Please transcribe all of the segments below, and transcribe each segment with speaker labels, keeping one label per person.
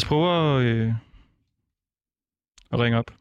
Speaker 1: os prøve at ringe op.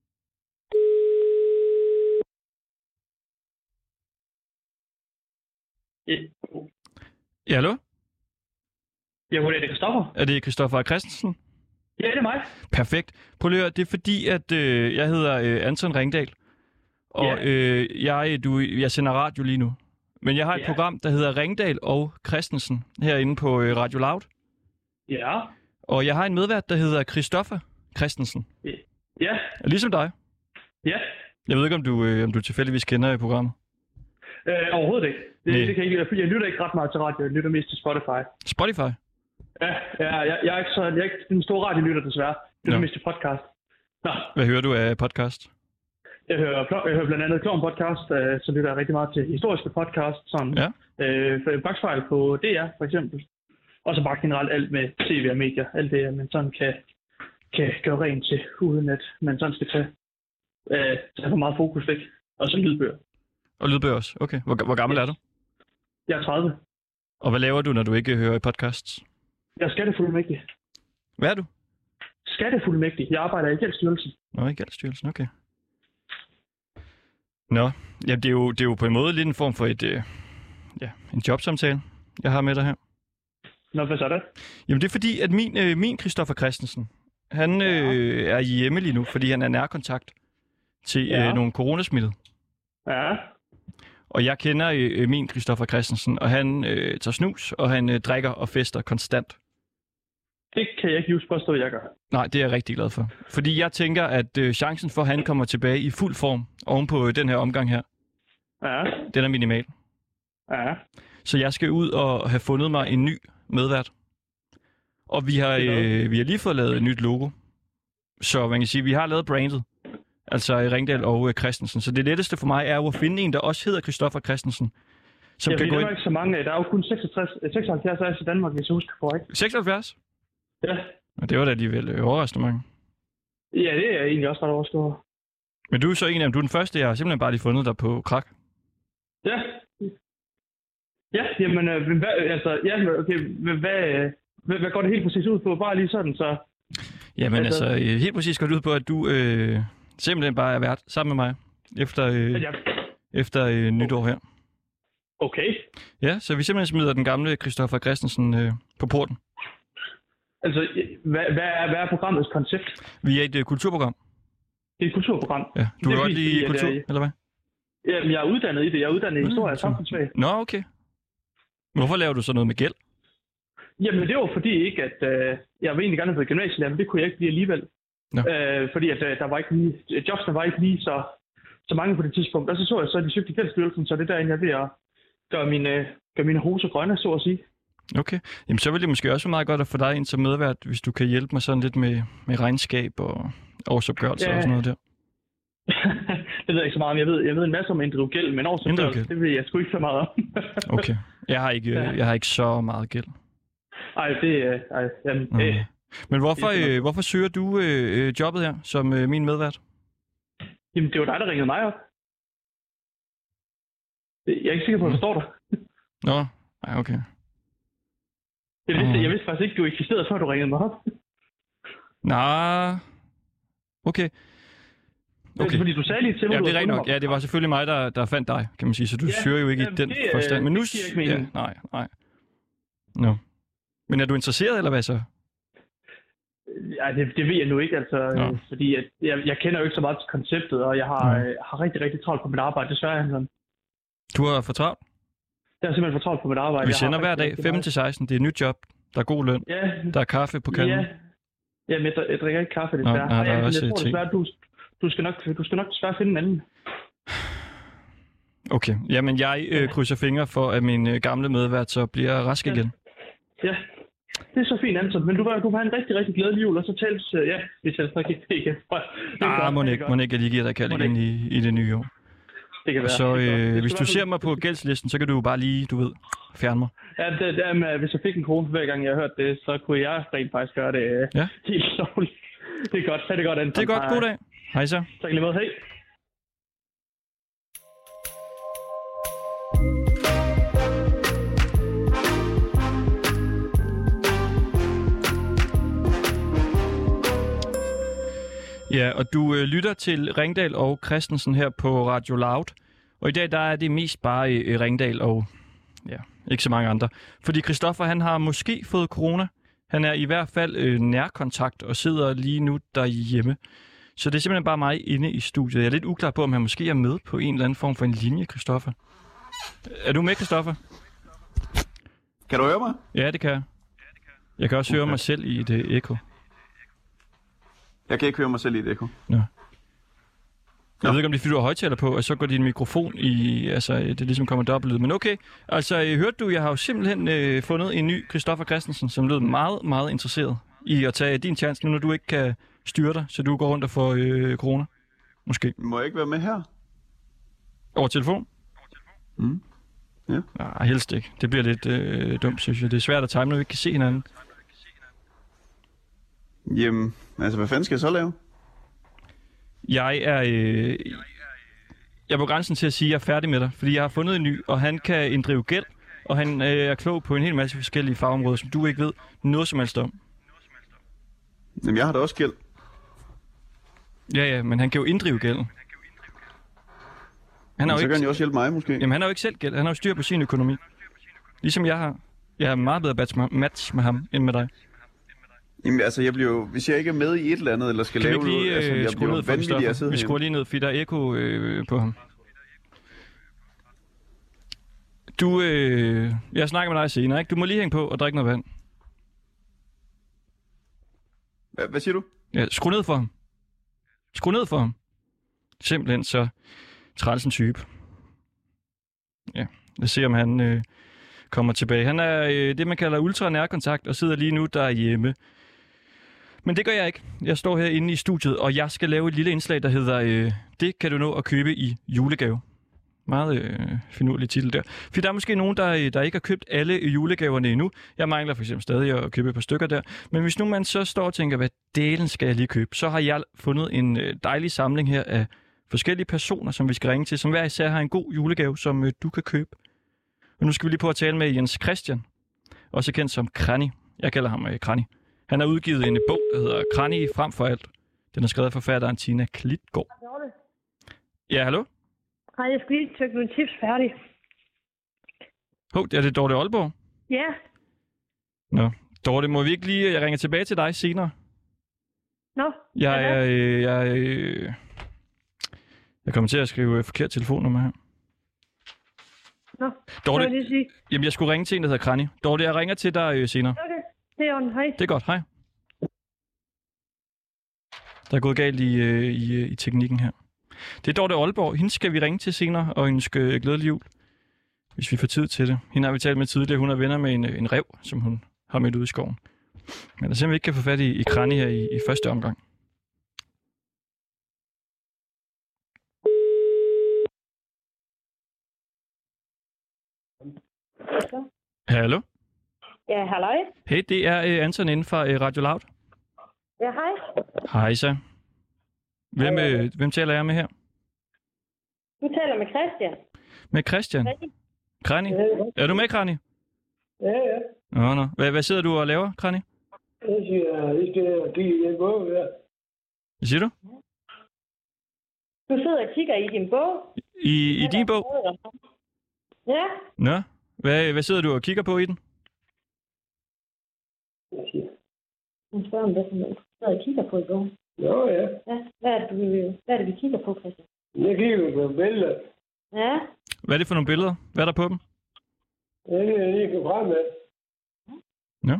Speaker 1: Ja, hallo?
Speaker 2: Ja, hvor er det, Christoffer?
Speaker 1: Er det Christoffer Christensen?
Speaker 2: Ja, det er mig.
Speaker 1: Perfekt. Prøv lige at høre, det er fordi, at jeg hedder Anton Ringdal, og jeg sender radio lige nu. Men jeg har et program, der hedder Ringdal og Christensen, herinde på Radio Loud.
Speaker 2: Ja.
Speaker 1: Og jeg har en medvært, der hedder Christoffer Christensen.
Speaker 2: Ja.
Speaker 1: Ligesom dig.
Speaker 2: Ja.
Speaker 1: Jeg ved ikke, om du tilfældigvis kender programmet.
Speaker 2: Overhovedet ikke. Det kan jeg ikke. Jeg lytter ikke ret meget til radio. Jeg lytter mest til Spotify.
Speaker 1: Spotify?
Speaker 2: Ja, jeg er ikke den store radiolytter, desværre. Jeg lytter mest til podcast. Nå.
Speaker 1: Hvad hører du af podcast?
Speaker 2: Jeg hører blandt andet Klovn podcast, så lytter jeg rigtig meget til historiske podcast, sådan Baksfejl på DR for eksempel. Og så bare generelt alt med tv og medier, alt det, man sådan kan gøre rent til, uden at man sådan skal tage for meget fokus væk. Og så lydbøger.
Speaker 1: Og lydbøger også? Okay. Hvor gammel er du?
Speaker 2: Jeg er 30.
Speaker 1: Og hvad laver du, når du ikke hører podcasts?
Speaker 2: Jeg er skattefuldmægtig.
Speaker 1: Hvad er du?
Speaker 2: Skattefuldmægtig. Jeg arbejder i Gældsstyrelsen.
Speaker 1: Nå, i Gældsstyrelsen, okay. Nå, ja, det er jo på en måde lidt en form for en jobsamtale, jeg har med dig her.
Speaker 2: Nå, hvad så er det?
Speaker 1: Jamen, det er fordi, at min Christoffer Christensen, han er hjemme lige nu, fordi han er nærkontakt til nogle coronasmittede.
Speaker 2: Ja.
Speaker 1: Og jeg kender min Christoffer Christensen, og han tager snus, og han drikker og fester konstant.
Speaker 2: Det kan jeg ikke just påstå, at jeg gør.
Speaker 1: Nej, det er jeg rigtig glad for. Fordi jeg tænker, at chancen for, at han kommer tilbage i fuld form oven på den her omgang her, den er minimal.
Speaker 2: Ja.
Speaker 1: Så jeg skal ud og have fundet mig en ny medvært. Og vi har lige fået lavet et nyt logo. Så man kan sige, at vi har lavet brandet. Altså Ringdal og Christensen. Så det letteste for mig er jo at finde en, der også hedder Christoffer Christensen.
Speaker 2: Som kan gå ind. Der er ikke så mange. Der er jo kun 76 af i Danmark, hvis jeg husker korrekt.
Speaker 1: 76?
Speaker 2: Ja.
Speaker 1: Og det var da alligevel overraskende mange.
Speaker 2: Ja, det er egentlig også ret overraskende.
Speaker 1: Men du er så en af dem. Du er den første, jeg har simpelthen bare lige fundet dig på krak.
Speaker 2: Ja. Ja, jamen, hvad går det helt præcis ud på? Bare lige sådan, så...
Speaker 1: Jamen helt præcis går det ud på, at du simpelthen bare er vært sammen med mig efter nytår her.
Speaker 2: Okay.
Speaker 1: Ja, så vi simpelthen smider den gamle Christoffer Christensen på porten.
Speaker 2: Altså, hvad er programmets koncept?
Speaker 1: Vi er et kulturprogram.
Speaker 2: Det er et kulturprogram?
Speaker 1: Ja. Du er godt lide kultur, eller hvad?
Speaker 2: Jamen, jeg er uddannet i det. Jeg er uddannet i historie og samfundsfag.
Speaker 1: Nå, okay. Hvorfor laver du så noget med gæld?
Speaker 2: Jamen, det var fordi ikke, at jeg ville egentlig gerne have været gymnasielærer, men det kunne jeg ikke blive alligevel. Fordi at der var ikke lige, jobsene var ikke lige så mange på det tidspunkt. Og så jeg, at de søgte i Gældsstyrelsen, så det er derinde, jeg er ved at gøre mine hoser grønne, så at sige. Okay.
Speaker 1: Jamen, så vil det måske også være meget godt at få dig ind som medvært, hvis du kan hjælpe mig sådan lidt med regnskab og årsopgørelser og sådan noget der.
Speaker 2: Det ved jeg ikke så meget om. Jeg ved en masse om inddrive gæld, men årsopgørelse, det ved jeg sgu ikke så meget om.
Speaker 1: Okay. Jeg har ikke så meget gæld. Men hvorfor søger du jobbet her som min medvært?
Speaker 2: Jamen, det var dig, der ringede mig op. Jeg er ikke sikker på, at jeg forstår dig.
Speaker 1: Nå, nej, okay.
Speaker 2: Jeg vidste faktisk ikke, du eksisterede, før du ringede mig op.
Speaker 1: Nej. Okay.
Speaker 2: Fordi du sagde lige til mig...
Speaker 1: Ja, det er rent nok. Ja, det var selvfølgelig mig, der fandt dig, kan man sige. Så du søger jo ikke i den forstand. Men nu... Nej. Nå. Men er du interesseret, eller hvad så?
Speaker 2: Ja, det ved jeg nu ikke, altså. Fordi jeg kender jo ikke så meget til konceptet, og jeg har rigtig, rigtig travlt på mit arbejde, desværre.
Speaker 1: Du har for travlt?
Speaker 2: Jeg har simpelthen for travlt på mit arbejde.
Speaker 1: Vi sender hver dag 15-16. Det er et nyt job. Der er god løn. Ja. Der er kaffe på kanden.
Speaker 2: Ja, men jeg drikker ikke kaffe, desværre.
Speaker 1: Nej, der er også
Speaker 2: jeg tror desværre, du skal nok desværre finde en anden.
Speaker 1: Okay. Jamen, jeg krydser fingre for, at min gamle medvært så bliver rask igen.
Speaker 2: Ja. Det er så fint, Anton. Men du har en rigtig, rigtig glædelig jul, og så tales... vi tales nok ikke igen.
Speaker 1: Må ikke lige give dig kald igen i det nye år.
Speaker 2: Det kan være.
Speaker 1: Så hvis du ser mig på gældslisten, så kan du jo bare lige, fjerne mig.
Speaker 2: Ja, hvis jeg fik en krone hver gang, jeg hørte det, så kunne jeg rent faktisk gøre det helt lovligt. Det er godt. Ha' det godt, Anton.
Speaker 1: Det er godt. God dag. Hej så.
Speaker 2: Tak lige måde. Hej.
Speaker 1: Ja, og du lytter til Ringdal og Christensen her på Radio Loud. Og i dag der er det mest bare Ringdal og ikke så mange andre. Fordi Christoffer, han har måske fået corona. Han er i hvert fald nærkontakt og sidder lige nu derhjemme. Så det er simpelthen bare mig inde i studiet. Jeg er lidt uklar på, om han måske er med på en eller anden form for en linje, Christoffer. Er du med, Christoffer?
Speaker 3: Kan du høre mig?
Speaker 1: Ja, det kan jeg. Jeg kan også høre mig selv i et ekko.
Speaker 3: Jeg kan ikke høre mig selv i et ekko.
Speaker 1: Nå. Jeg ved ikke, om det er, fordi du har højtaler på, og så går din mikrofon i... Altså, det ligesom kommer dobbeltlyd. Men okay, altså, hørte du, jeg har jo simpelthen fundet en ny Christoffer Christensen, som lød meget, meget interesseret i at tage din chance, nu når du ikke kan styre dig, så du går rundt og får corona. Måske.
Speaker 3: Må jeg ikke være med her?
Speaker 1: Over telefon?
Speaker 3: Ja.
Speaker 1: Nej, helst ikke. Det bliver lidt dumt, synes jeg. Det er svært at time, når vi ikke kan se hinanden.
Speaker 3: Jamen, altså, hvad fanden skal jeg så lave?
Speaker 1: Jeg er på grænsen til at sige, at jeg er færdig med dig, fordi jeg har fundet en ny, og han kan inddrive gæld, og han er klog på en hel masse forskellige fagområder, som du ikke ved noget som helst om.
Speaker 3: Jamen, jeg har da også gæld.
Speaker 1: Ja, men han kan jo inddrive gælden.
Speaker 3: Så kan han jo også hjælpe mig, måske.
Speaker 1: Jamen, han har jo ikke selv gæld. Han har jo styr på sin økonomi. Ligesom jeg har. Jeg er meget bedre match med ham, end med dig.
Speaker 3: Jamen, altså, jeg bliver jo... Hvis jeg ikke er med i et eller andet, eller skal
Speaker 1: kan
Speaker 3: lave noget... Altså, jeg
Speaker 1: bliver vanvittig at sidde Vi skruer lige ned, fordi der er ekko på ham. Du... jeg snakker med dig senere, ikke? Du må lige hænge på og drikke noget vand.
Speaker 3: Hvad siger du?
Speaker 1: Ja, skru ned for ham. Skru ned for ham. Simpelthen så træls en type. Ja, lad os se, om han kommer tilbage. Han er det, man kalder ultranærkontakt, og sidder lige nu derhjemme. Men det gør jeg ikke. Jeg står herinde i studiet, og jeg skal lave et lille indslag, der hedder Det kan du nå at købe i julegave. Meget finurlig titel der. For der er måske nogen, der ikke har købt alle julegaverne endnu. Jeg mangler for eksempel stadig at købe et par stykker der. Men hvis nu man så står og tænker, hvad delen skal jeg lige købe, så har jeg fundet en dejlig samling her af forskellige personer, som vi skal ringe til, som hver især har en god julegave, som du kan købe. Og nu skal vi lige på at tale med Jens Christian, også kendt som Kranny. Jeg kalder ham Kranny. Han har udgivet en bog, der hedder Kranny frem for alt. Den er skrevet af forfatteren Tina Klitgaard. Ja, hallo?
Speaker 4: Nej, jeg skal lige trykke nogle tips færdig.
Speaker 1: Er det Dorte Aalborg?
Speaker 4: Ja.
Speaker 1: Nå, Dorte, må vi ikke lige... Jeg ringer tilbage til dig senere.
Speaker 4: Nå.
Speaker 1: Jeg kommer til at skrive forkert telefonnummer her.
Speaker 4: Nå,
Speaker 1: Dorte,
Speaker 4: hvad vil jeg sige?
Speaker 1: Jamen, jeg skulle ringe til en, der hedder Kranny. Dorte, jeg ringer til dig senere.
Speaker 4: Okay, det er hej.
Speaker 1: Det er godt, hej. Der er gået galt i teknikken her. Det er Dorte Aalborg. Hende skal vi ringe til senere og ønske glædelig jul, hvis vi får tid til det. Hende har vi talt med tidligere. Hun er venner med en ræv, som hun har med ud i skoven. Men der simpelthen ikke kan få fat i Kranny her i første omgang. Hallo?
Speaker 4: Ja, halløj.
Speaker 1: Hey, det er Anton inden fra Radio Loud.
Speaker 4: Ja, hej.
Speaker 1: Hej så. Hvem taler jeg med her?
Speaker 4: Du taler med Christian.
Speaker 1: Med Christian? Kranny? Er du med, Kranny?
Speaker 5: Ja.
Speaker 1: Nå. Hvad sidder du og laver, Kranny?
Speaker 5: Jeg skal kigge i den bog, ja.
Speaker 1: Hvad siger du?
Speaker 4: Du sidder og kigger i din bog.
Speaker 1: I din bog?
Speaker 4: Ja.
Speaker 1: Nå. Hvad sidder du og kigger på i den?
Speaker 4: Jeg spørger om det, som du sidder og kigger på i bogen.
Speaker 5: Nå, ja.
Speaker 4: Ja. Hvad er det, vi kigger på, Christian?
Speaker 5: Jeg kigger på billeder.
Speaker 4: Ja.
Speaker 1: Hvad er det for nogle billeder? Hvad er der på dem?
Speaker 5: Det er lige fremad.
Speaker 1: Ja.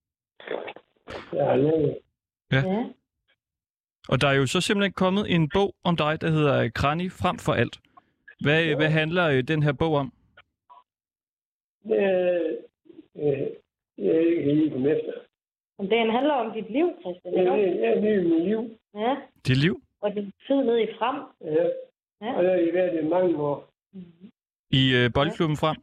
Speaker 4: Ja.
Speaker 1: Og der er jo så simpelthen kommet en bog om dig, der hedder Kranny frem for alt. Hvad handler den her bog om?
Speaker 5: Jeg er ikke lige kommet efter.
Speaker 4: Den handler om dit liv, Christian.
Speaker 5: Ja, det er mit liv.
Speaker 4: Ja.
Speaker 1: Dit liv?
Speaker 4: Og din tid ned i frem.
Speaker 5: Ja. Og der har I været i mange år.
Speaker 1: I boldklubben frem?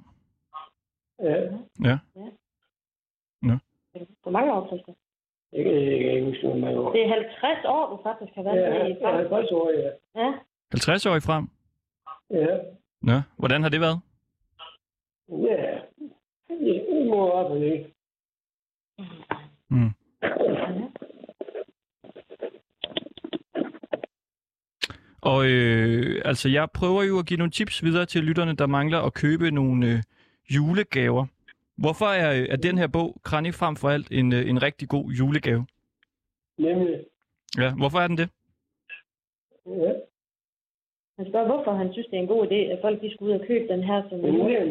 Speaker 1: Ja. Nå.
Speaker 4: Hvor mange år, Christian?
Speaker 5: Jeg kan ikke huske, hvor mange år.
Speaker 4: Det er 50 år, du faktisk har været med i frem.
Speaker 5: Ja, 50 år, ja.
Speaker 4: Ja.
Speaker 1: 50 år i frem?
Speaker 5: Ja.
Speaker 1: Nå, hvordan har det været?
Speaker 5: Ja. Det må op og det.
Speaker 1: Og altså, jeg prøver jo at give nogle tips videre til lytterne, der mangler at købe nogle julegaver. Hvorfor er den her bog, Kranny, frem for alt en rigtig god julegave?
Speaker 5: Nemlig.
Speaker 1: Ja, hvorfor er den det?
Speaker 5: Ja.
Speaker 4: Han spørger, hvorfor han synes, det er en god idé, at folk de skal ud og købe den her som
Speaker 5: Men det er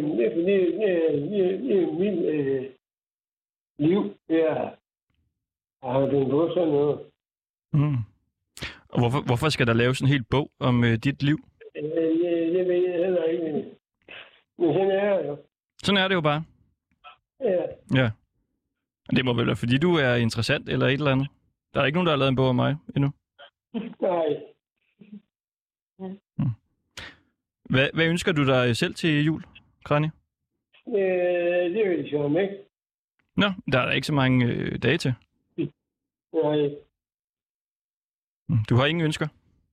Speaker 5: mit liv. Jeg har den gået sådan noget.
Speaker 1: Mm. Og hvorfor skal der laves en hel bog om dit liv?
Speaker 5: Det ved jeg heller ikke. Men sådan er det jo.
Speaker 1: Sådan er det jo bare.
Speaker 5: Ja.
Speaker 1: Ja. Det må vel være, fordi du er interessant eller et eller andet. Der er ikke nogen, der har lavet en bog om mig endnu.
Speaker 5: Nej.
Speaker 1: Mm. Hvad ønsker du dig selv til jul, Kranny?
Speaker 5: Det er jo sjovt, ikke?
Speaker 1: Nå, der er ikke så mange dage til.
Speaker 5: Nej.
Speaker 1: Du har ingen ønsker?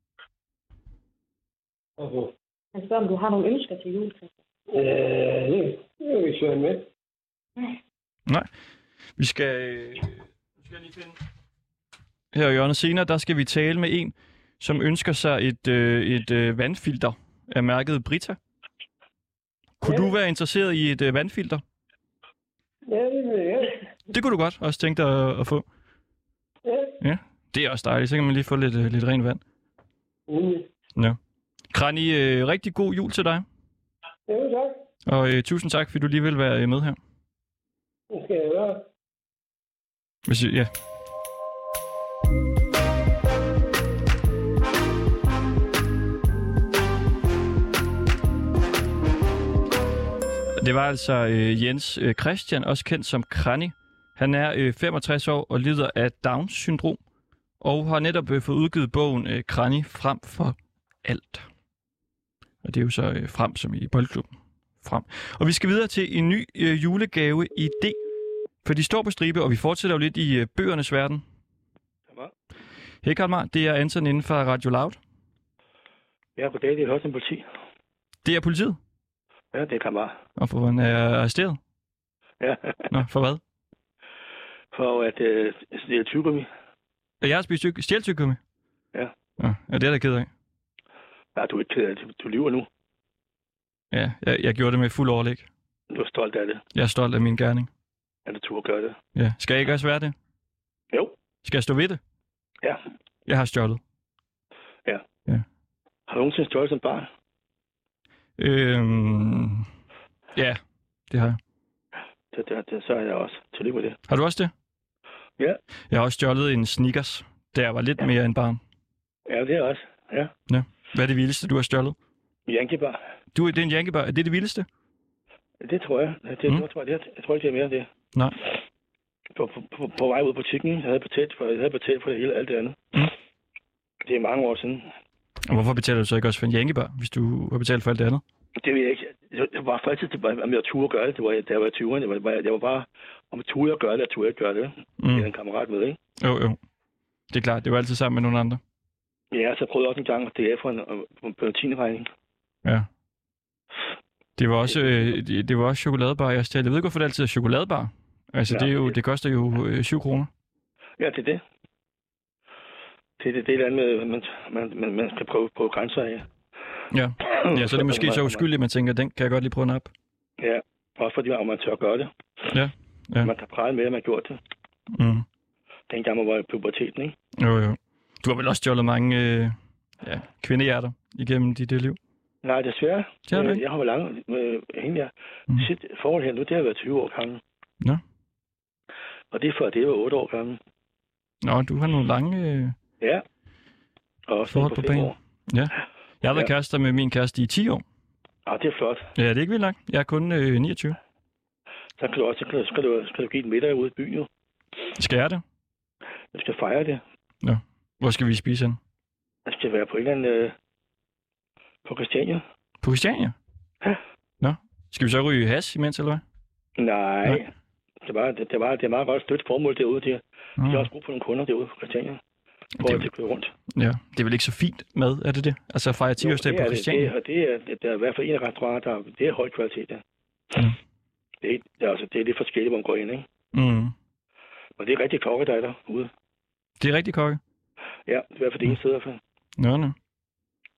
Speaker 5: Altså.
Speaker 4: Han spørger, om du har nogle ønsker til jul, Christian.
Speaker 5: Det er jo sjovt med.
Speaker 1: Nej. Vi skal lige finde... Her i hjørnet senere, der skal vi tale med en, som ønsker sig et vandfilter af mærket Brita. Kunne du være interesseret i et vandfilter?
Speaker 5: Ja, det vil jeg.
Speaker 1: Det kunne du godt også tænke dig at få. Ja. Det er også dejligt. Så kan man lige få lidt rent vand. Ja. Kranny, rigtig god jul til dig.
Speaker 5: Ja, tak.
Speaker 1: Og tusind tak, fordi du lige vil være med her.
Speaker 5: Det skal jeg gøre.
Speaker 1: Ja. Det var altså Jens Christian, også kendt som Kranny. Han er 65 år og lider af Down-syndrom, og har netop fået udgivet bogen Kranny frem for alt. Og det er jo så frem som i boldklubben. Frem. Og vi skal videre til en ny julegave-idé, for de står på stribe, og vi fortsætter jo lidt i bøgernes verden. Hej Kalmar, det er Anton inden for Radio Loud.
Speaker 6: Ja, goddag, det er Hørsholm Politi.
Speaker 1: Det er politiet?
Speaker 6: Ja, det er Kalmar.
Speaker 1: Og for hvordan er arresteret?
Speaker 6: Ja.
Speaker 1: Nå, for hvad?
Speaker 6: For at det er tyggegummi.
Speaker 1: Jeg har spist stjæltyggegummi?
Speaker 6: Ja.
Speaker 1: Ja, det er da ked af.
Speaker 6: Ja, du er ikke ked af det. Du lyver nu.
Speaker 1: Ja, jeg gjorde det med fuld overlæg.
Speaker 6: Du er stolt af det.
Speaker 1: Jeg er stolt af min gerning.
Speaker 6: Er du turde gøre det?
Speaker 1: Ja. Skal jeg ikke også være det?
Speaker 6: Jo.
Speaker 1: Skal jeg stå ved det?
Speaker 6: Ja.
Speaker 1: Jeg har stjålet.
Speaker 6: Ja.
Speaker 1: Ja.
Speaker 6: Har du nogensinde stjålet som barn?
Speaker 1: Ja, det har jeg.
Speaker 6: Så er jeg også. Tillykke med det.
Speaker 1: Har du også det?
Speaker 6: Ja.
Speaker 1: Jeg har også stjålet en Snickers, da jeg var lidt mere end barn.
Speaker 6: Ja, det er også. Ja.
Speaker 1: Ja. Hvad er det vildeste, du har stjålet?
Speaker 6: Yankee Bar.
Speaker 1: Det er en Yankee Bar. Er det vildeste?
Speaker 6: Det tror jeg. Jeg tror ikke, det er mere end det.
Speaker 1: Nej.
Speaker 6: På vej ud af butikken, jeg havde betalt for det hele, alt det andet. Det er mange år siden.
Speaker 1: Og hvorfor betaler du så ikke også for en Yankee Bar, hvis du har betalt for alt det andet?
Speaker 6: Det ved jeg ikke. Det var faktisk, om jeg turde gøre det. Det var, da jeg var 20'erne. Jeg var bare, om jeg turde gøre det, jeg turde ikke gøre det. Det er en kammerat med, ikke?
Speaker 1: Jo. Det er klart, det var altid sammen med nogle andre.
Speaker 6: Ja, så prøvede jeg også en gang, det er for en benzinregning.
Speaker 1: Ja. Det var også chokoladebar, jeg stjal. Jeg ved ikke, hvorfor det altid er chokoladebar. Altså, ja, det koster jo 7 kroner.
Speaker 6: Ja, det er det. Det er et andet med, man skal prøve grænser af.
Speaker 1: Ja, så er det måske så uskyldigt, man tænker, den kan jeg godt lige prøve en op.
Speaker 6: Ja, også fordi man tør gøre det.
Speaker 1: Ja.
Speaker 6: Man kan prale med, at man har gjort det. Dengang man var i puberteten, ikke?
Speaker 1: Jo. Du har vel også stjålet mange kvindehjerter igennem dit liv?
Speaker 6: Nej, desværre. Jeg har været langt med hende her. Sit forhold her nu, det har været 20 år gammel.
Speaker 1: Nå.
Speaker 6: Og det er før, det var 8 år gammel.
Speaker 1: Nå, du har nogle lange...
Speaker 6: Ja. Og også
Speaker 1: forhold på banen. Ja. Jeg har været kærester med min kæreste i 10 år.
Speaker 6: Ja, det er flot.
Speaker 1: Ja, det er ikke vildt nok. Jeg er kun 29.
Speaker 6: Så skal du give en middag ude i byen, jo.
Speaker 1: Skal jeg det?
Speaker 6: Du skal fejre det.
Speaker 1: Ja. Hvor skal vi spise hen?
Speaker 6: Det skal være på en eller anden... på Christiania.
Speaker 1: På Christiania?
Speaker 6: Ja.
Speaker 1: Nå. Skal vi så ryge hash imens, eller hvad?
Speaker 6: Nej. Det er meget godt stødt formål derude. De har også brug for nogle kunder derude på Christiania. Hvor det kører rundt. Ja,
Speaker 1: det er vel ikke så fint mad, er det det? Altså at fejre 10-årsdag på Christiania?
Speaker 6: Det er i hvert fald en restaurant, det er høj kvalitet, ja. Det er lidt forskelligt, hvor man går ind, ikke? Og det er rigtig kokke, der er derude.
Speaker 1: Det er rigtig kokke?
Speaker 6: Ja, det er i hvert fald det ene sted.
Speaker 1: Nå.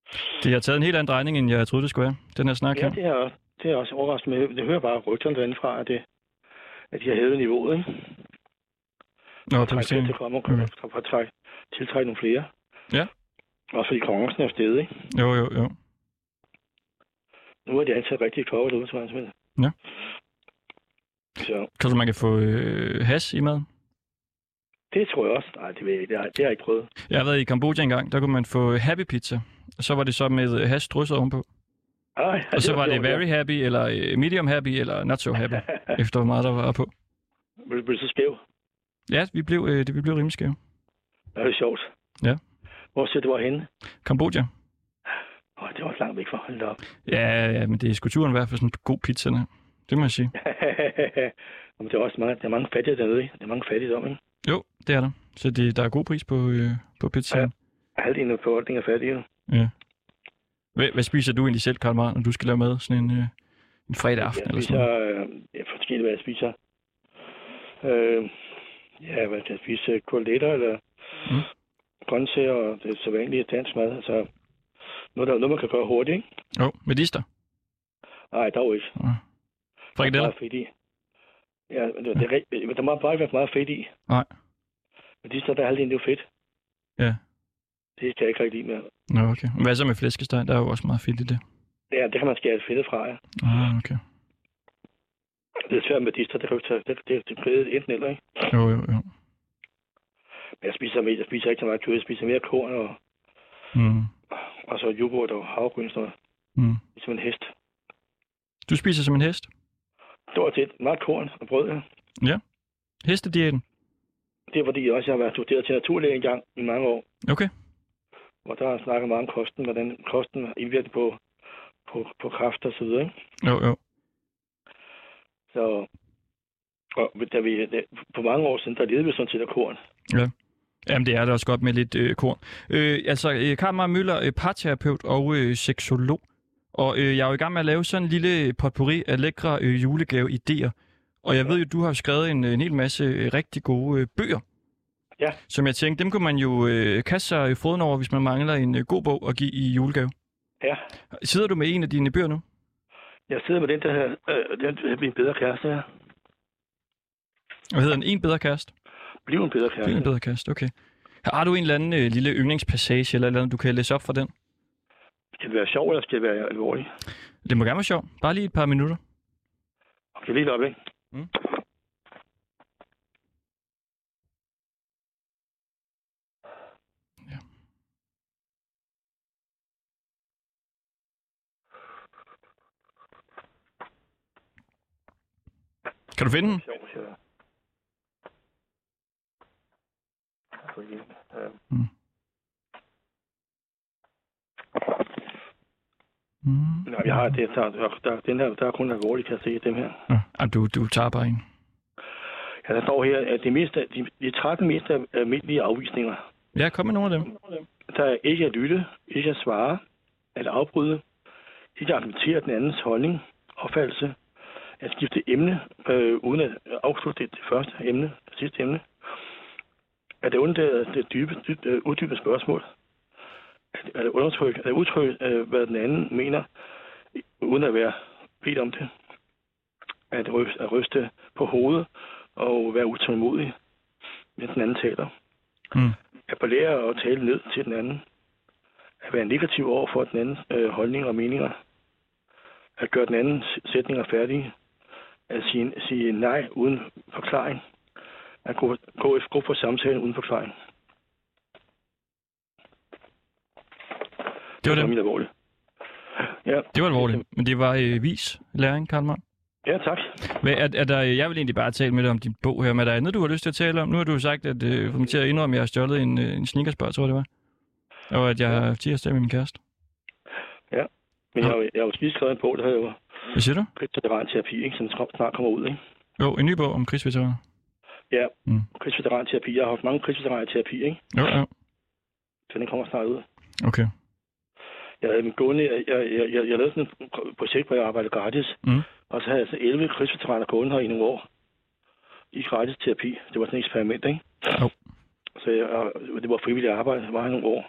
Speaker 1: Det har taget en helt anden drejning, end jeg troede, det skulle være. Den her snak her.
Speaker 6: Ja, det er også overraskende. Men det hører bare rygterne derinde fra, at de har hævet niveauet, ikke?
Speaker 1: Nå, det
Speaker 6: kommer for at tiltrække nogle flere.
Speaker 1: Ja.
Speaker 6: Også fordi konkurrencen er stedet, ikke?
Speaker 1: Jo.
Speaker 6: Nu er de ansat rigtige kokker derude, tror jeg.
Speaker 1: Ja.
Speaker 6: Så.
Speaker 1: Kan man kan få hash i maden?
Speaker 6: Det tror jeg også. Nej, det ved jeg ikke. Det har jeg ikke prøvet.
Speaker 1: Jeg har været i Kambodja engang. Der kunne man få happy pizza. Og så var det så med hash drysset ovenpå.
Speaker 6: Ej,
Speaker 1: og så var det very happy, eller medium happy, eller not so happy. Efter hvor meget der var på.
Speaker 6: Blev du så skæv?
Speaker 1: Ja, vi blev rimelig skæve.
Speaker 6: Det er sjovt.
Speaker 1: Ja.
Speaker 6: Hvor ser du henne?
Speaker 1: Kambodja.
Speaker 6: Det var langt væk fra. Hold da op.
Speaker 1: Ja, men det er sgu turen værd for sådan en god pizza. Det må jeg sige.
Speaker 6: Men det er også der er mange fattige dernede, ikke? Der er mange fattigdom, ikke?
Speaker 1: Jo, det er der. Så der er god pris på pizzaen.
Speaker 6: Ja, halvdelen af befolkningen er fattige.
Speaker 1: Ja. Hvad spiser du egentlig selv, Karl Martin, når du skal lave mad sådan en fredag aften eller sådan noget?
Speaker 6: Jeg får forskelligt, hvad jeg spiser. Hvad kan jeg spise? Koteletter eller grøntsager, og det er så vanligt dansk mad. Altså, noget, man kan gøre hurtigt, ikke?
Speaker 1: Jo, medister?
Speaker 6: Nej, dog ikke.
Speaker 1: Frikadeller?
Speaker 6: Der er fedt i. Ja, der må bare ikke være meget fedt i.
Speaker 1: Nej.
Speaker 6: Medister, der er halvdelen, det er jo fedt.
Speaker 1: Ja.
Speaker 6: Det kan jeg ikke rigtig lide med.
Speaker 1: Nå, okay. Hvad så med flæskesteg? Der er jo også meget fedt i det.
Speaker 6: Ja, det kan man skære fedtet fra, ja.
Speaker 1: Okay.
Speaker 6: Det er svært med medister, det kan jo ikke tage, det er enten eller, ikke?
Speaker 1: Jo.
Speaker 6: Men jeg spiser ikke så meget kød, jeg spiser mere korn og så yoghurt og havregryn, sådan noget. Som en hest.
Speaker 1: Du spiser som en hest?
Speaker 6: Stort set meget korn og brød, ja.
Speaker 1: Ja. Hestediæten?
Speaker 6: Det er fordi, jeg også har været studeret til naturlæge engang i mange år.
Speaker 1: Okay.
Speaker 6: Og der har snakket meget om kosten, hvordan kosten indvirker på kræft og så videre, ikke?
Speaker 1: Jo.
Speaker 6: Så for mange år siden, der levede vi sådan set af korn.
Speaker 1: Ja. Jamen, det er da også godt med lidt korn. Karl Martin Møller, parterapeut og seksolog. Og jeg er jo i gang med at lave sådan en lille potpourri af lækre julegave-idéer. Og jeg ved jo, du har skrevet en hel masse rigtig gode bøger.
Speaker 6: Ja.
Speaker 1: Som jeg tænkte, dem kunne man jo kaste sig foden over, hvis man mangler en god bog at give i julegave.
Speaker 6: Ja.
Speaker 1: Sidder du med en af dine bøger nu?
Speaker 6: Jeg sidder med den, der her, min bedre kæreste her.
Speaker 1: Hvad hedder den? En bedre kæreste?
Speaker 6: Bliv en bedre kæreste.
Speaker 1: Bliv en bedre kæreste, okay. Har du en eller anden lille yndlingspassage, eller noget, du kan læse op fra den?
Speaker 6: Skal det være sjov, eller skal det være alvorligt?
Speaker 1: Det må gerne være sjov. Bare lige et par minutter.
Speaker 6: Okay, lige op, ikke?
Speaker 1: Ja. Kan du finde den?
Speaker 6: Nej, jeg har det. Den her, der er kun alvorligt, kan jeg se dem her.
Speaker 1: Ja, du tager bare en.
Speaker 6: Ja, der står her, at de 13 mest almindelige afvisninger.
Speaker 1: Ja, kom med nogle af dem.
Speaker 6: Der er ikke at lytte, ikke at svare, eller afbryde, ikke at argumentere den andens holdning, opfattelse, at skifte emne, uden at afslutte det første emne, det sidste emne, at det undlade det uddybende spørgsmål, at udtrykke, hvad den anden mener, uden at være bedt om det, at ryste på hovedet og være utålmodig, mens den anden taler. Appellere og tale ned til den anden. At være negativ over for den andens holdninger og meninger. At gøre den anden sætninger færdige. At sige nej uden forklaring. At gå på samtalen uden forklaring.
Speaker 1: Det var
Speaker 6: det. Alvorligt. Ja.
Speaker 1: Det var alvorligt, men det var vis læring, Karl Martin.
Speaker 6: Ja, tak.
Speaker 1: Jeg vil egentlig bare tale med dig om din bog her, men er der andet, du har lyst til at tale om? Nu har du sagt, at for mig til at indrømme, at jeg har stjålet en sneakersbar, tror jeg det var. Og at jeg har tirsdag med min kæreste.
Speaker 6: Ja, men jeg har jo lige skrevet en bog, der hedder
Speaker 1: Hvad siger du?
Speaker 6: Krigsveteranterapi, ikke? Som snart kommer ud, ikke?
Speaker 1: Jo, en ny bog om krigsveteraner.
Speaker 6: Ja, krigsveteranterapi. Jeg har haft mange krigsveteranterapi, ikke?
Speaker 1: Jo.
Speaker 6: Så den kommer snart ud.
Speaker 1: Okay.
Speaker 6: Jeg lavede sådan et projekt, hvor jeg arbejdede gratis. Og så havde jeg 11 krigsveteraner gående her i nogle år. I gratis terapi. Det var sådan et eksperiment, ikke?
Speaker 1: Jo.
Speaker 6: Så det var frivilligt arbejde. Det var i nogle år.